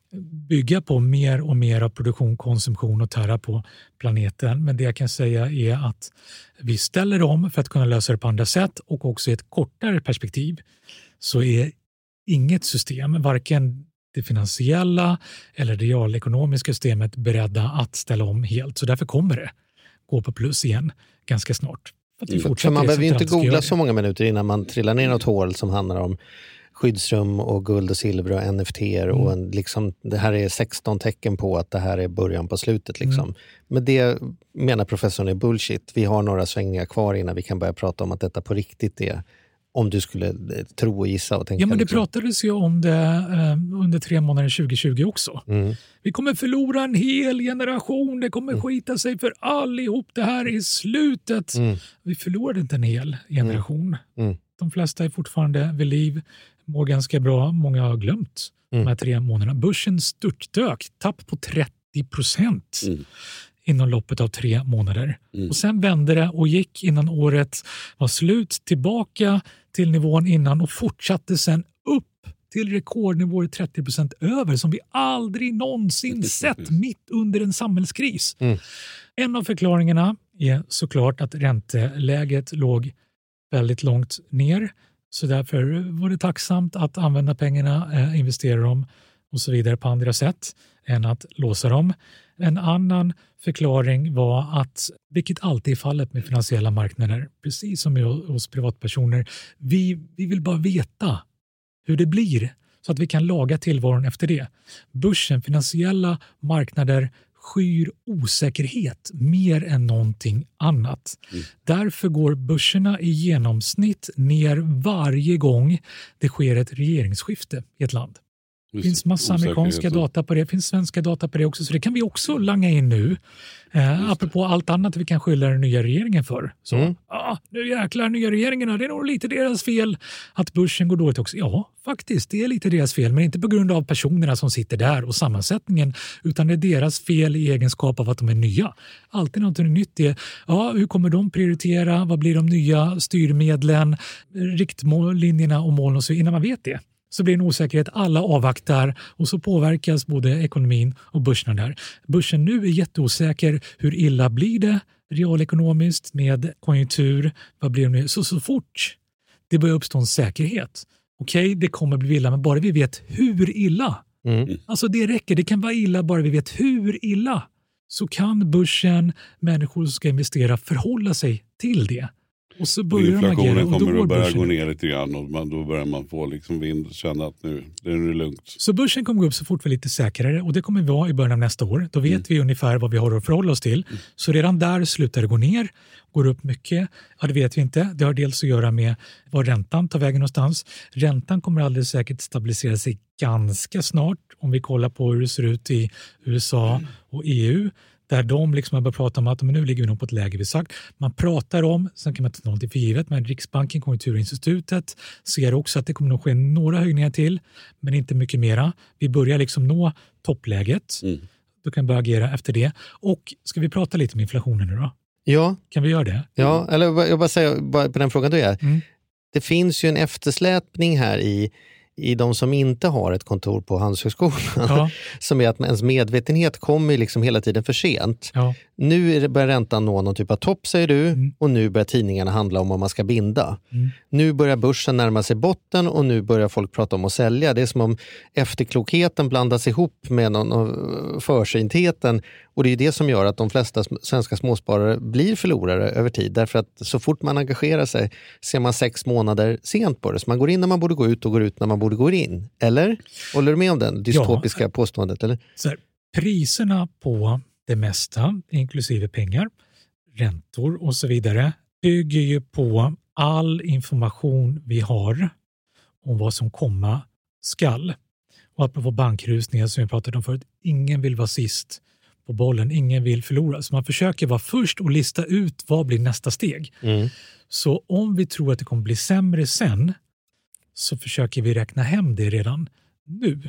bygga på mer och mer av produktion, konsumtion och tära på planeten. Men det jag kan säga är att vi ställer om för att kunna lösa det på andra sätt. Och också i ett kortare perspektiv så är inget system, varken det finansiella eller det realekonomiska systemet, beredda att ställa om helt. Så därför kommer det gå på plus igen ganska snart. För man behöver ju inte googla så många minuter innan man trillar ner något hål som handlar om skyddsrum och guld och silver och NFT och det här är 16 tecken på att det här är början på slutet. Liksom. Men det menar professorn är bullshit. Vi har några svängningar kvar innan vi kan börja prata om att detta på riktigt är, om du skulle tro och gissa och tänka. Ja, men det pratades ju om det under 3 månader 2020 också. Vi kommer förlora en hel generation, det kommer skita sig för allihop, det här är slutet. Vi förlorade inte en hel generation. De flesta är fortfarande vid liv, mår ganska bra, många har glömt de här 3 månaderna. Börsen störtdök, tapp på 30%. Inom loppet av 3 månader. Och sen vände det och gick innan året var slut tillbaka till nivån innan och fortsatte sen upp till rekordnivåer 30% över som vi aldrig någonsin sett mitt under en samhällskris. En av förklaringarna är såklart att ränteläget låg väldigt långt ner. Så därför var det tacksamt att använda pengarna, investera dem och så vidare på andra sätt än att låsa dem. En annan förklaring var att, vilket alltid är fallet med finansiella marknader, precis som hos privatpersoner, vi vill bara veta hur det blir så att vi kan laga tillvaron efter det. Börsen, finansiella marknader skyr osäkerhet mer än någonting annat. Därför går börserna i genomsnitt ner varje gång det sker ett regeringsskifte i ett land. Det finns massa amerikanska data på det, det finns svenska data på det också, så det kan vi också langa in nu. Apropå allt annat vi kan skylla den nya regeringen för. Så, nu jäklar nya regeringarna, det är nog lite deras fel att börsen går dåligt också. Ja, faktiskt, det är lite deras fel, men inte på grund av personerna som sitter där och sammansättningen, utan det är deras fel i egenskap av att de är nya. Alltid något nytt är, hur kommer de prioritera, vad blir de nya styrmedlen, riktlinjerna och målen och så, innan man vet det. Så blir det en osäkerhet, alla avvaktar och så påverkas både ekonomin och börsen där. Börsen nu är jätteosäker, hur illa blir det realekonomiskt med konjunktur, vad blir det nu? Så fort det börjar uppstå en säkerhet, okej, det kommer bli illa, men bara vi vet hur illa. Alltså det räcker, det kan vara illa bara vi vet hur illa. Så kan börsen, människor som ska investera, förhålla sig till det. Och så börjar inflationen de agera, kommer att börja gå ner lite grann och då börjar man få liksom vind och känna att nu är det lugnt. Så börsen kommer gå upp så fort vi är lite säkrare och det kommer vi vara i början av nästa år. Då vet vi ungefär vad vi har att förhålla oss till. Så redan där slutar det gå ner, går upp mycket. Ja, det vet vi inte. Det har dels att göra med var räntan tar vägen någonstans. Räntan kommer alldeles säkert stabilisera sig ganska snart om vi kollar på hur det ser ut i USA och EU. Där de liksom har börjat prata om att men nu ligger vi nog på ett läge vi sagt. Man pratar om, sen kan man inte ta någonting för givet, men Riksbanken, Konjunkturinstitutet ser också att det kommer att ske några höjningar till, men inte mycket mera. Vi börjar liksom nå toppläget. Då kan vi börja agera efter det. Och ska vi prata lite om inflationen nu då? Ja. Kan vi göra det? Ja, eller jag bara säger på den frågan du är. Det finns ju en eftersläpning här i de som inte har ett kontor på Handelshögskolan, som är att ens medvetenhet kommer liksom hela tiden för sent. Ja. Nu börjar räntan nå någon typ av topp, säger du, och nu börjar tidningarna handla om man ska binda. Nu börjar börsen närma sig botten och nu börjar folk prata om att sälja. Det är som om efterklokheten blandas ihop med någon försyntheten, och det är det som gör att de flesta svenska småsparare blir förlorare över tid, därför att så fort man engagerar sig ser man 6 månader sent på det. Så man går in när man borde gå ut och går ut när man borde gå in. Eller? Håller du med om den dystopiska påståendet? Eller? Så här, priserna på det mesta, inklusive pengar, räntor och så vidare, bygger ju på all information vi har om vad som komma skall. Och apropå bankrusningar som vi pratade om förut, ingen vill vara sist på bollen, ingen vill förlora. Så man försöker vara först och lista ut vad blir nästa steg. Så om vi tror att det kommer bli sämre sen, så försöker vi räkna hem det redan nu.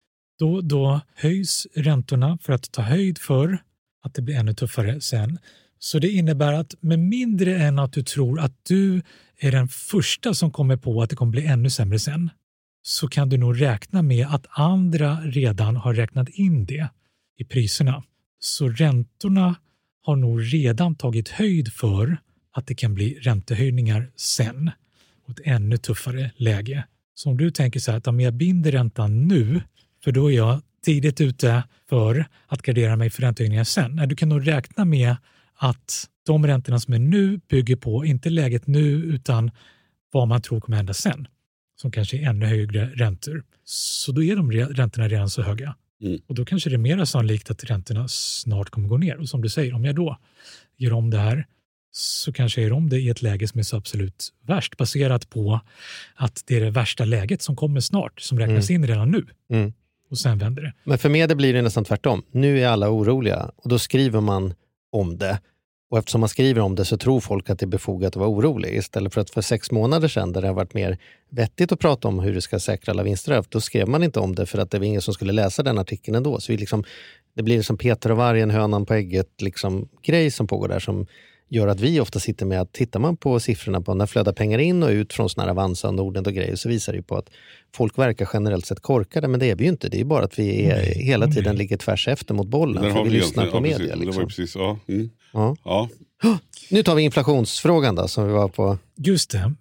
Då höjs räntorna för att ta höjd för att det blir ännu tuffare sen. Så det innebär att med mindre än att du tror att du är den första som kommer på att det kommer bli ännu sämre sen, så kan du nog räkna med att andra redan har räknat in det i priserna. Så räntorna har nog redan tagit höjd för att det kan bli räntehöjningar sen och ett ännu tuffare läge. Så om du tänker så här att jag binder räntan nu, för då är jag tidigt ute för att gardera mig för räntehöjningar sen. Du kan nog räkna med att de räntorna som är nu bygger på inte läget nu utan vad man tror kommer hända sen. Som kanske är ännu högre räntor. Så då är de räntorna redan så höga. Och då kanske det är mer sannolikt att räntorna snart kommer gå ner. Och som du säger, om jag då gör om det här, så kanske jag gör om det i ett läge som är så absolut värst, baserat på att det är det värsta läget som kommer snart, som räknas in redan nu. Och sen vänder det. Men för media blir det nästan tvärtom. Nu är alla oroliga och då skriver man om det. Och eftersom man skriver om det så tror folk att det är befogat att vara orolig. Istället för att för 6 månader sedan, där det har varit mer vettigt att prata om hur det ska säkra alla vinster, då skrev man inte om det för att det var ingen som skulle läsa den artikeln ändå. Så det blir liksom Peter och vargen, hönan på ägget grej som pågår där, som gör att vi ofta sitter med att tittar man på siffrorna på när flödar pengar in och ut från såna här Avanza och Nordnet och grejer, så visar det ju på att folk verkar generellt sett korkade, men det är vi ju inte. Det är bara att vi hela tiden ligger tvärs efter mot bollen för vi lyssnar på media. Det var precis, ja. Nu tar vi inflationsfrågan då, som vi var på. Just det.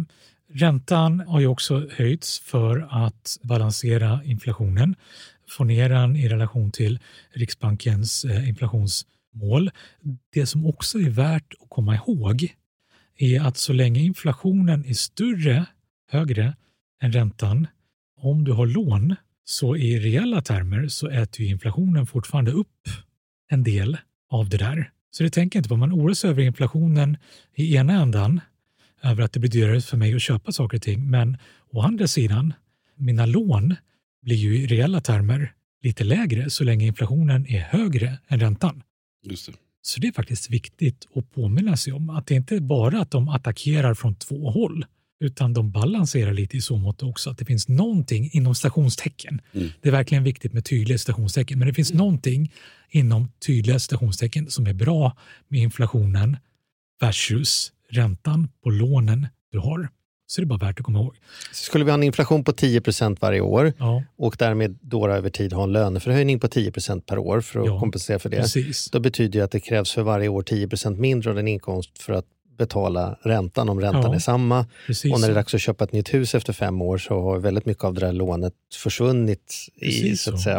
Räntan har ju också höjts för att balansera inflationen, få ner den i relation till Riksbankens inflationsmål. Det som också är värt att komma ihåg är att så länge inflationen är högre än räntan, om du har lån, så i reella termer så äter ju inflationen fortfarande upp en del av det där. Så det tänker jag inte på. Man oroar sig över inflationen i ena ändan, över att det blir dyrare för mig att köpa saker och ting. Men å andra sidan, mina lån blir ju i reella termer lite lägre så länge inflationen är högre än räntan. Just det. Så det är faktiskt viktigt att påminna sig om att det inte är bara att de attackerar från 2 håll, utan de balanserar lite i så mått också att det finns någonting inom stationstecken. Det är verkligen viktigt med tydliga stationstecken, men det finns någonting inom tydliga stationstecken som är bra med inflationen versus räntan på lånen du har. Så det är bara värt att komma ihåg. Så skulle vi ha en inflation på 10% varje år och därmed då över tid ha en löneförhöjning på 10% per år för att kompensera för det. Precis. Då betyder det att det krävs för varje år 10% mindre av din inkomst för att betala räntan om räntan är samma. Precis. Och när det är dags att köpa ett nytt hus efter 5 år så har väldigt mycket av det där lånet försvunnit så att säga,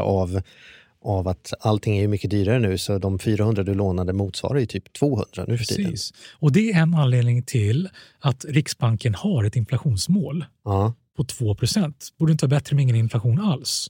av att allting är ju mycket dyrare nu, så de 400 du lånade motsvarar ju typ 200 nu för tiden. Och det är en anledning till att Riksbanken har ett inflationsmål på 2%. Borde inte vara bättre med ingen inflation alls.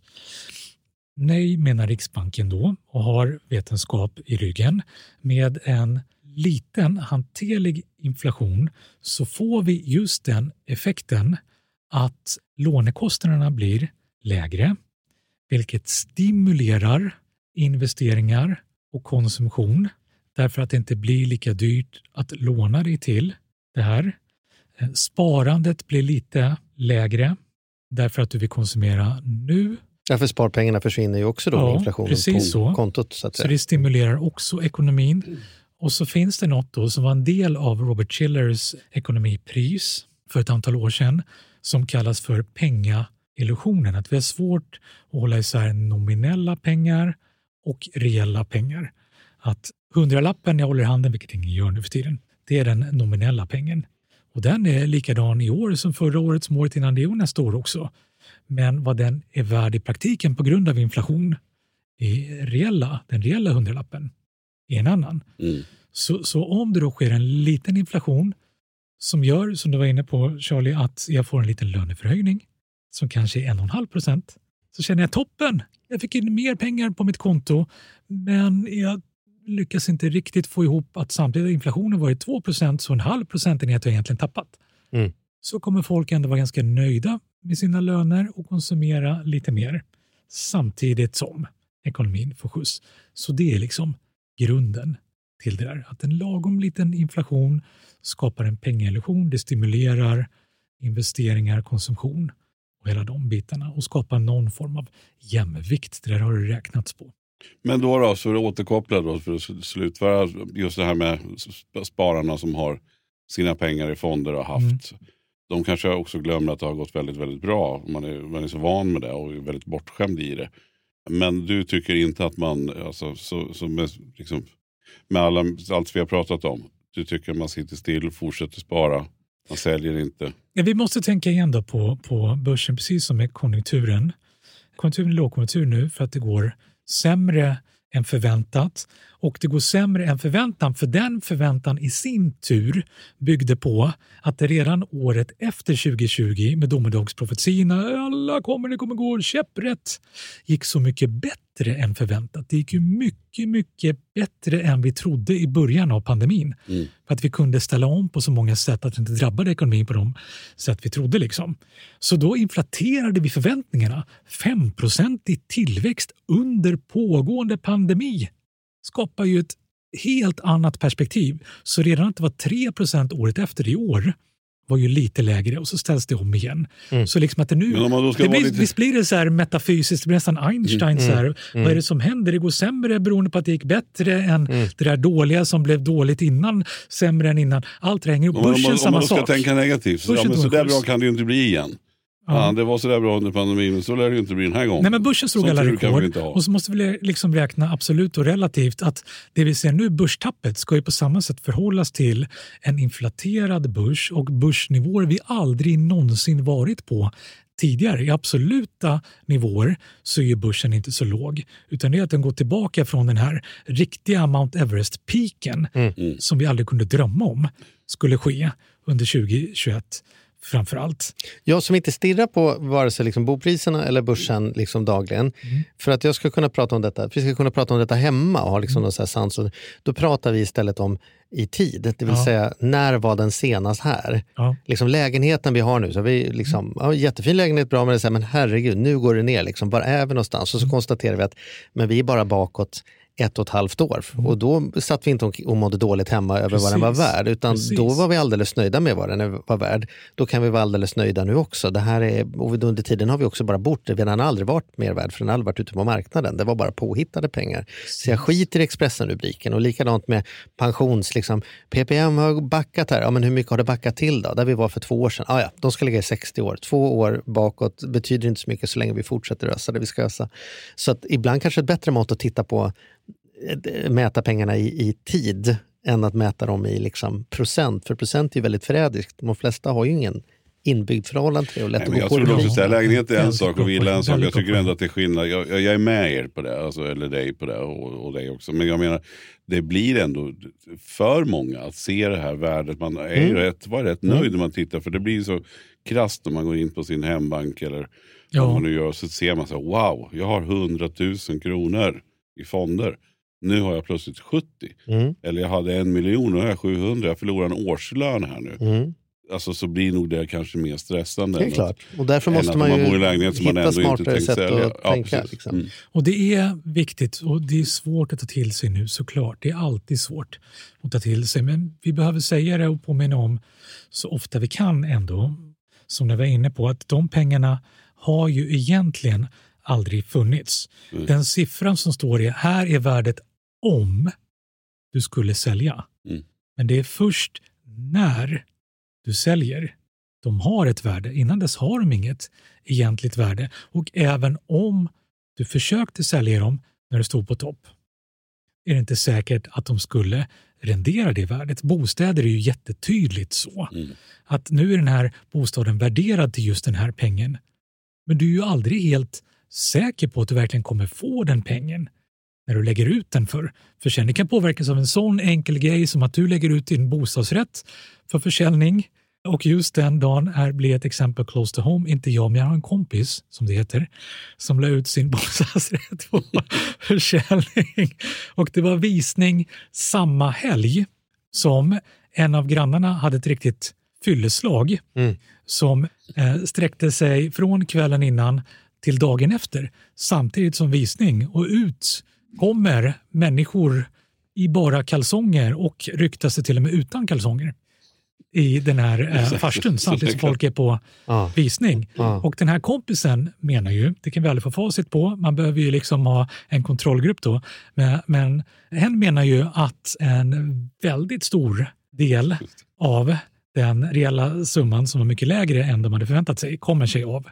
Nej, menar Riksbanken då, och har vetenskap i ryggen. Med en liten hanterlig inflation så får vi just den effekten att lånekostnaderna blir lägre, vilket stimulerar investeringar och konsumtion därför att det inte blir lika dyrt att låna dig till det här. Sparandet blir lite lägre därför att du vill konsumera nu. Därför sparpengarna försvinner ju också då med inflationen på kontot. Så det stimulerar också ekonomin. Och så finns det något då som var en del av Robert Shillers ekonomipris för ett antal år sedan som kallas för pengaillusionen. Att vi har svårt att hålla isär nominella pengar och reella pengar. Att 100-lappen jag håller i handen, vilket ingen gör nu för tiden, det är den nominella pengen. Och den är likadan i år som förra året, som året innan det och nästa år också. Men vad den är värd i praktiken på grund av inflation är den reella 100-lappen är en annan. Så om det då sker en liten inflation som gör, som du var inne på Charlie, att jag får en liten löneförhöjning som kanske är 1,5%, så känner jag toppen. Jag fick in mer pengar på mitt konto, men jag lyckas inte riktigt få ihop att samtidigt inflationen varit 2%, så 0,5 procentenhet har jag egentligen tappat. Så kommer folk ändå vara ganska nöjda med sina löner och konsumera lite mer samtidigt som ekonomin får skjuts. Så det är liksom grunden till det där. Att en lagom liten inflation skapar en pengaillusion, det stimulerar investeringar, konsumtion och hela de bitarna och skapar någon form av jämvikt. Det där har det räknats på. Men då så är det återkopplat då för att slutföra just det här med spararna som har sina pengar i fonder och haft. De kanske också glömmer att det har gått väldigt, väldigt bra. Man är så van med det och är väldigt bortskämd i det. Men du tycker inte att man, alltså, med allt vi har pratat om, du tycker att man sitter still, fortsätter spara, man säljer inte. Ja, vi måste tänka igen då på börsen, precis som med konjunkturen. Konjunkturen är lågkonjunktur nu för att det går sämre än förväntat. Och det går sämre än förväntan, för den förväntan i sin tur byggde på att det redan året efter 2020 med domedagsprofetiorna, det kommer gå käpprätt, gick så mycket bättre än förväntat. Det gick ju mycket, mycket bättre än vi trodde i början av pandemin. För att vi kunde ställa om på så många sätt att det inte drabbade ekonomin på de sätt vi trodde liksom. Så då inflaterade vi förväntningarna. 5% i tillväxt under pågående pandemi skapar ju ett helt annat perspektiv. Så redan att det var 3% året efter i år var ju lite lägre och så ställs det om igen. Så liksom att det nu, visst blir det så här metafysiskt, det blir nästan Einstein så här. Vad är det som händer? Det går sämre beroende på att det gick bättre än det där dåliga som blev dåligt innan, sämre än innan. Allt hänger upp. Börsen samma sak. Om man ska tänka negativt, men så där bra kan det ju inte bli igen. Ja, det var så där bra under pandemin, så lär det ju inte bli den här gången. Nej, men börsen slog alla rekord och så måste vi liksom räkna absolut och relativt att det vi ser nu, börstappet, ska ju på samma sätt förhållas till en inflaterad börs och börsnivåer vi aldrig någonsin varit på tidigare. I absoluta nivåer så är ju börsen inte så låg, utan det är att den går tillbaka från den här riktiga Mount Everest-piken som vi aldrig kunde drömma om skulle ske under 2021. Framförallt. Jag som inte stirrar på vare sig liksom bopriserna eller börsen liksom dagligen, för att jag ska kunna prata om detta, vi ska kunna prata om detta hemma och ha liksom någon så här sans, då pratar vi istället om i tid, det vill säga när var den senast här? Liksom lägenheten vi har nu, så vi liksom, jättefin lägenhet, bra, men det är så här, men herregud, nu går det ner liksom, bara även någonstans, och så konstaterar vi att men vi är bara bakåt 1,5 år. Och då satt vi inte och mådde dåligt hemma över vad den var värd. Utan då var vi alldeles nöjda med vad den var värd. Då kan vi vara alldeles nöjda nu också. Det här är, och under tiden har vi också bara bort det. Den har aldrig varit mer värd, för den har aldrig varit ute på marknaden. Det var bara påhittade pengar. Så jag skiter i Expressen-rubriken. Och likadant med pensions, liksom, PPM har backat här. Ja, men hur mycket har det backat till då? Där vi var för 2 år sedan. Ja, de ska ligga i 60 år. 2 år bakåt betyder inte så mycket så länge vi fortsätter ösa det vi ska ösa. Så att ibland kanske ett bättre mått att titta på, mäta pengarna i tid än att mäta dem i liksom procent. För procent är ju väldigt förrädiskt. De flesta har ju ingen inbyggd förhållande till det. Och lätt att jag tror också att lägenhet är en sak och villa en sak. Jag tycker ändå att det är skillnad. Jag är med er på det, alltså, eller dig på det och dig också. Men jag menar, det blir ändå för många att se det här värdet. Man är ju rätt nöjd när man tittar, för det blir så krasst när man går in på sin hembank eller vad man nu gör, så ser man så här, wow, jag har 100 000 kronor i fonder. Nu har jag plötsligt 70. Eller jag hade 1 miljon och nu har jag 700. Jag förlorar en årslön här nu. Alltså så blir nog det kanske mer stressande. Det är klart. Och därför måste man ju hitta smartare sätt att tänka. Liksom. Och det är viktigt och det är svårt att ta till sig nu, såklart. Det är alltid svårt att ta till sig. Men vi behöver säga det och påminna om så ofta vi kan ändå. Som när vi var inne på, att de pengarna har ju egentligen aldrig funnits. Den siffran som står här är värdet om du skulle sälja. Men det är först när du säljer. De har ett värde. Innan dess har de inget egentligt värde. Och även om du försökte sälja dem när du stod på topp, är det inte säkert att de skulle rendera det värdet. Bostäder är ju jättetydligt så. Att nu är den här bostaden värderad till just den här pengen. Men du är ju aldrig helt säker på att du verkligen kommer få den pengen när du lägger ut den för försäljning. Det kan påverkas av en sån enkel grej som att du lägger ut din bostadsrätt för försäljning. Och just den dagen blir ett exempel close to home. Inte jag, men jag har en kompis, som det heter, som la ut sin bostadsrätt på försäljning. Och det var visning samma helg som en av grannarna hade ett riktigt fylleslag som sträckte sig från kvällen innan till dagen efter, samtidigt som visning, och ut kommer människor i bara kalsonger och ryktar sig till och med utan kalsonger i den här farstun samtidigt som folk är på visning. Och den här kompisen menar ju, det kan vi aldrig få facit på, man behöver ju liksom ha en kontrollgrupp då, men hen menar ju att en väldigt stor del av den reella summan, som var mycket lägre än de hade förväntat sig, kommer sig av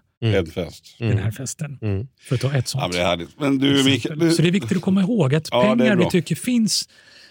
den här festen. För att ta ett sånt. Ja, men du, Mikael, så det är viktigt att komma ihåg att pengar vi tycker finns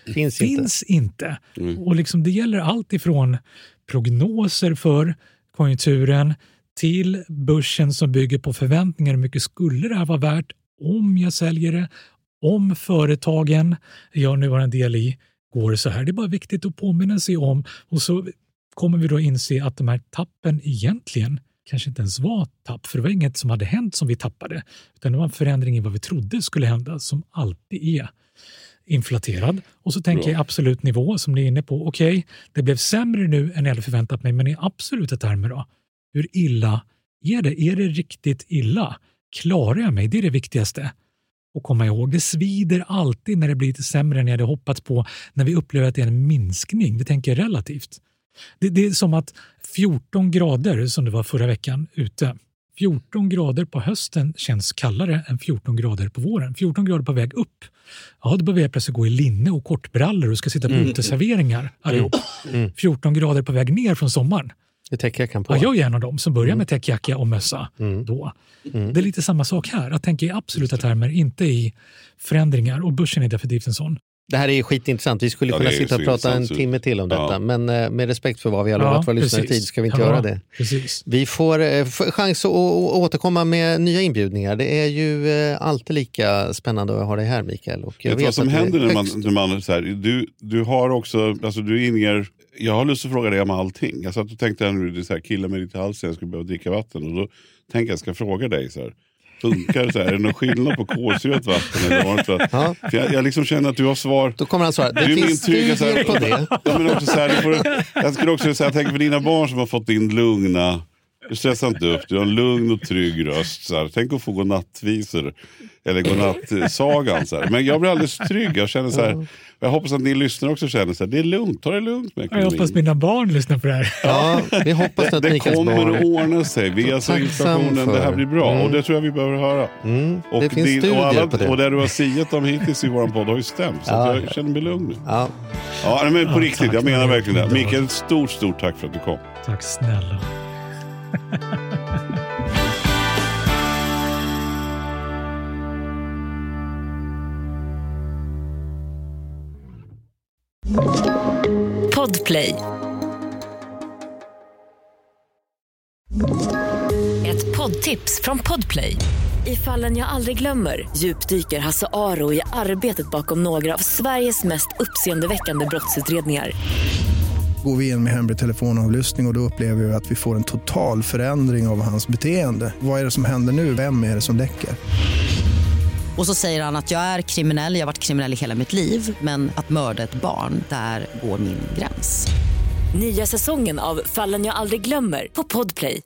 inte. Och liksom det gäller allt ifrån prognoser för konjunkturen till börsen som bygger på förväntningar. Hur mycket skulle det här vara värt om jag säljer det? Om företagen jag nu har en del i går så här. Det är bara viktigt att påminna sig om, och så kommer vi då inse att de här tappen egentligen kanske inte ens var tapp, för det var inget som hade hänt som vi tappade, utan det var en förändring i vad vi trodde skulle hända, som alltid är inflaterad. Och så tänker jag absolut nivå, som ni är inne på. Okej, det blev sämre nu än jag hade förväntat mig, men i absoluta termer då, hur illa är det? Är det riktigt illa? Klarar jag mig? Det är det viktigaste att komma ihåg. Det svider alltid när det blir lite sämre än jag hade hoppats på, när vi upplever att det är en minskning. Vi tänker relativt. Det är som att 14 grader som det var förra veckan ute. 14 grader på hösten känns kallare än 14 grader på våren. 14 grader på väg upp. Ja, då behöver jag plötsligt gå i linne och kortbrallor och ska sitta på uteserveringar allihop. 14 grader på väg ner från sommaren. Det täckjackan på. Ja, jag är en av dem som börjar med täckjacka och mössa då. Det är lite samma sak här. Att tänka i absoluta termer, inte i förändringar. Och börsen är definitivt en sån. Det här är skitintressant. Vi skulle kunna sitta och prata en timme till om detta. Men med respekt för vad vi har lovat vår lyssnartid ska vi inte göra det. Precis. Vi får chans att återkomma med nya inbjudningar. Det är ju alltid lika spännande att ha dig här, Mikael. Och jag vet vad som händer när man så här, du har också, alltså du inger, jag har lust att fråga dig om allting. Jag satt och tänkte nu, det är så här, killar med lite hals, jag skulle behöva dricka vatten, och då tänkte jag ska fråga dig så här. Funkar det så här? Är det någon skillnad på kolsyrat vatten eller varmt vatten? För jag liksom känner att du har svar. Då kommer han svara. Det finns studier på det. Ja, men också så här, jag skulle också säga, jag tänker på dina barn som har fått in lugna Du stressar inte upp, du har en lugn och trygg röst. Så här. Tänk att få godnattvisor eller godnattsagan. Så här. Men jag blir alldeles trygg. Jag känner så här, jag hoppas att ni lyssnare också känner så här, det är lugnt, ta det lugnt med ekonomin. Jag hoppas mina barn lyssnar på det här. Ja, vi hoppas att det Mikaels kommer barn... att ordna sig. Vi är så inflationen, det här blir bra. Och det tror jag vi behöver höra. Och det finns studier på det. Och där du har siat om hittills i våran podd har ju stämt. Så att jag känner mig lugn nu. Ja, men på riktigt, tack. jag menar verkligen det. Mikael, stort tack för att du kom. Tack snälla. Podplay. Ett poddtips från Podplay. I Fallen jag aldrig glömmer djupdyker Hasse Aro i arbetet bakom några av Sveriges mest uppseendeväckande brottsutredningar. Går vi in med hemlig telefonavlyssning och då upplever vi att vi får en total förändring av hans beteende. Vad är det som händer nu? Vem är det som läcker? Och så säger han att jag är kriminell, jag har varit kriminell i hela mitt liv. Men att mörda ett barn, där går min gräns. Nya säsongen av Fallen jag aldrig glömmer på Podplay.